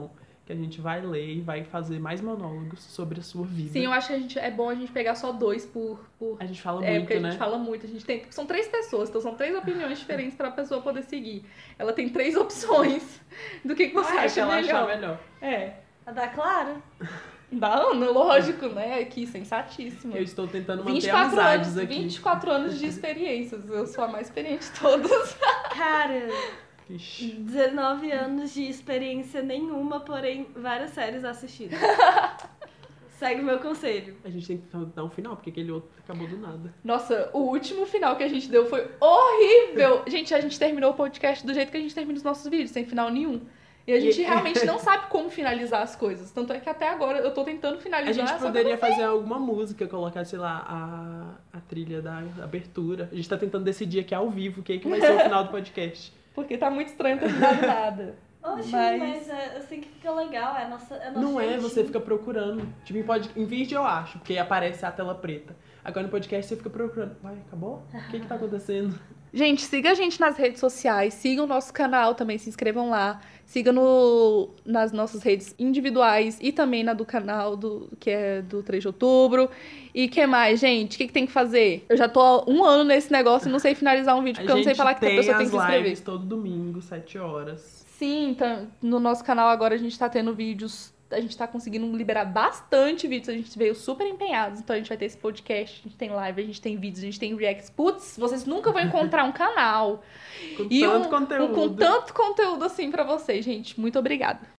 que a gente vai ler e vai fazer mais monólogos sobre a sua vida.
Sim, eu acho que a gente, é bom a gente pegar só dois por... por...
A gente fala
é,
muito,
porque a
né?
gente fala muito. A gente tem... São três pessoas, então são três opiniões diferentes pra pessoa poder seguir. Ela tem três opções do que, que você
Ah, é que
acha
ela
melhor.
achar melhor.
É.
A da Clara?
Da Ana, lógico, né? Que sensatíssima.
Eu estou tentando manter
vinte e quatro
amizades
anos,
aqui.
vinte e quatro anos de experiências. Eu sou a mais experiente de todas.
Cara,
Ixi.
dezenove anos de experiência nenhuma, porém várias séries assistidas. Segue o meu conselho.
A gente tem que dar um final, porque aquele outro acabou do nada.
Nossa, o último final que a gente deu foi horrível. Gente, a gente terminou o podcast do jeito que a gente termina os nossos vídeos, sem final nenhum. E a gente
E-
realmente não sabe como finalizar as coisas. Tanto é que até agora eu tô tentando
A
finalizar.
gente
só que eu
poderia
não sei.
fazer alguma música, colocar, sei lá, a, a trilha da abertura. A gente tá tentando decidir aqui ao vivo o que, é que vai ser o final do podcast.
Porque tá muito estranho terminar do nada.
Oxe,
Mas-
mas, é assim que fica legal, é a nossa, é nosso
Não é,
jeitinho.
você fica procurando. Tipo, em, pod... em vídeo eu acho, porque aparece a tela preta. Agora no podcast você fica procurando. Vai, acabou? O que que tá acontecendo?
Gente, siga a gente nas redes sociais, sigam o nosso canal também, se inscrevam lá. Siga no, nas nossas redes individuais e também na do canal, do, que é do três de outubro. E que mais, gente? O que, que tem que fazer? Eu já tô há um ano nesse negócio e não sei finalizar um vídeo, porque eu não sei falar que a pessoa tem que se
as
inscrever.
lives todo domingo, sete horas.
Sim, tá, no nosso canal agora a gente tá tendo vídeos, a gente tá conseguindo liberar bastante vídeos, a gente veio super empenhados, então a gente vai ter esse podcast, a gente tem live, a gente tem vídeos, a gente tem reacts. Putz, vocês nunca vão encontrar um canal
Com
e
tanto
um,
conteúdo.
um- com tanto conteúdo assim pra vocês, gente. Muito obrigada.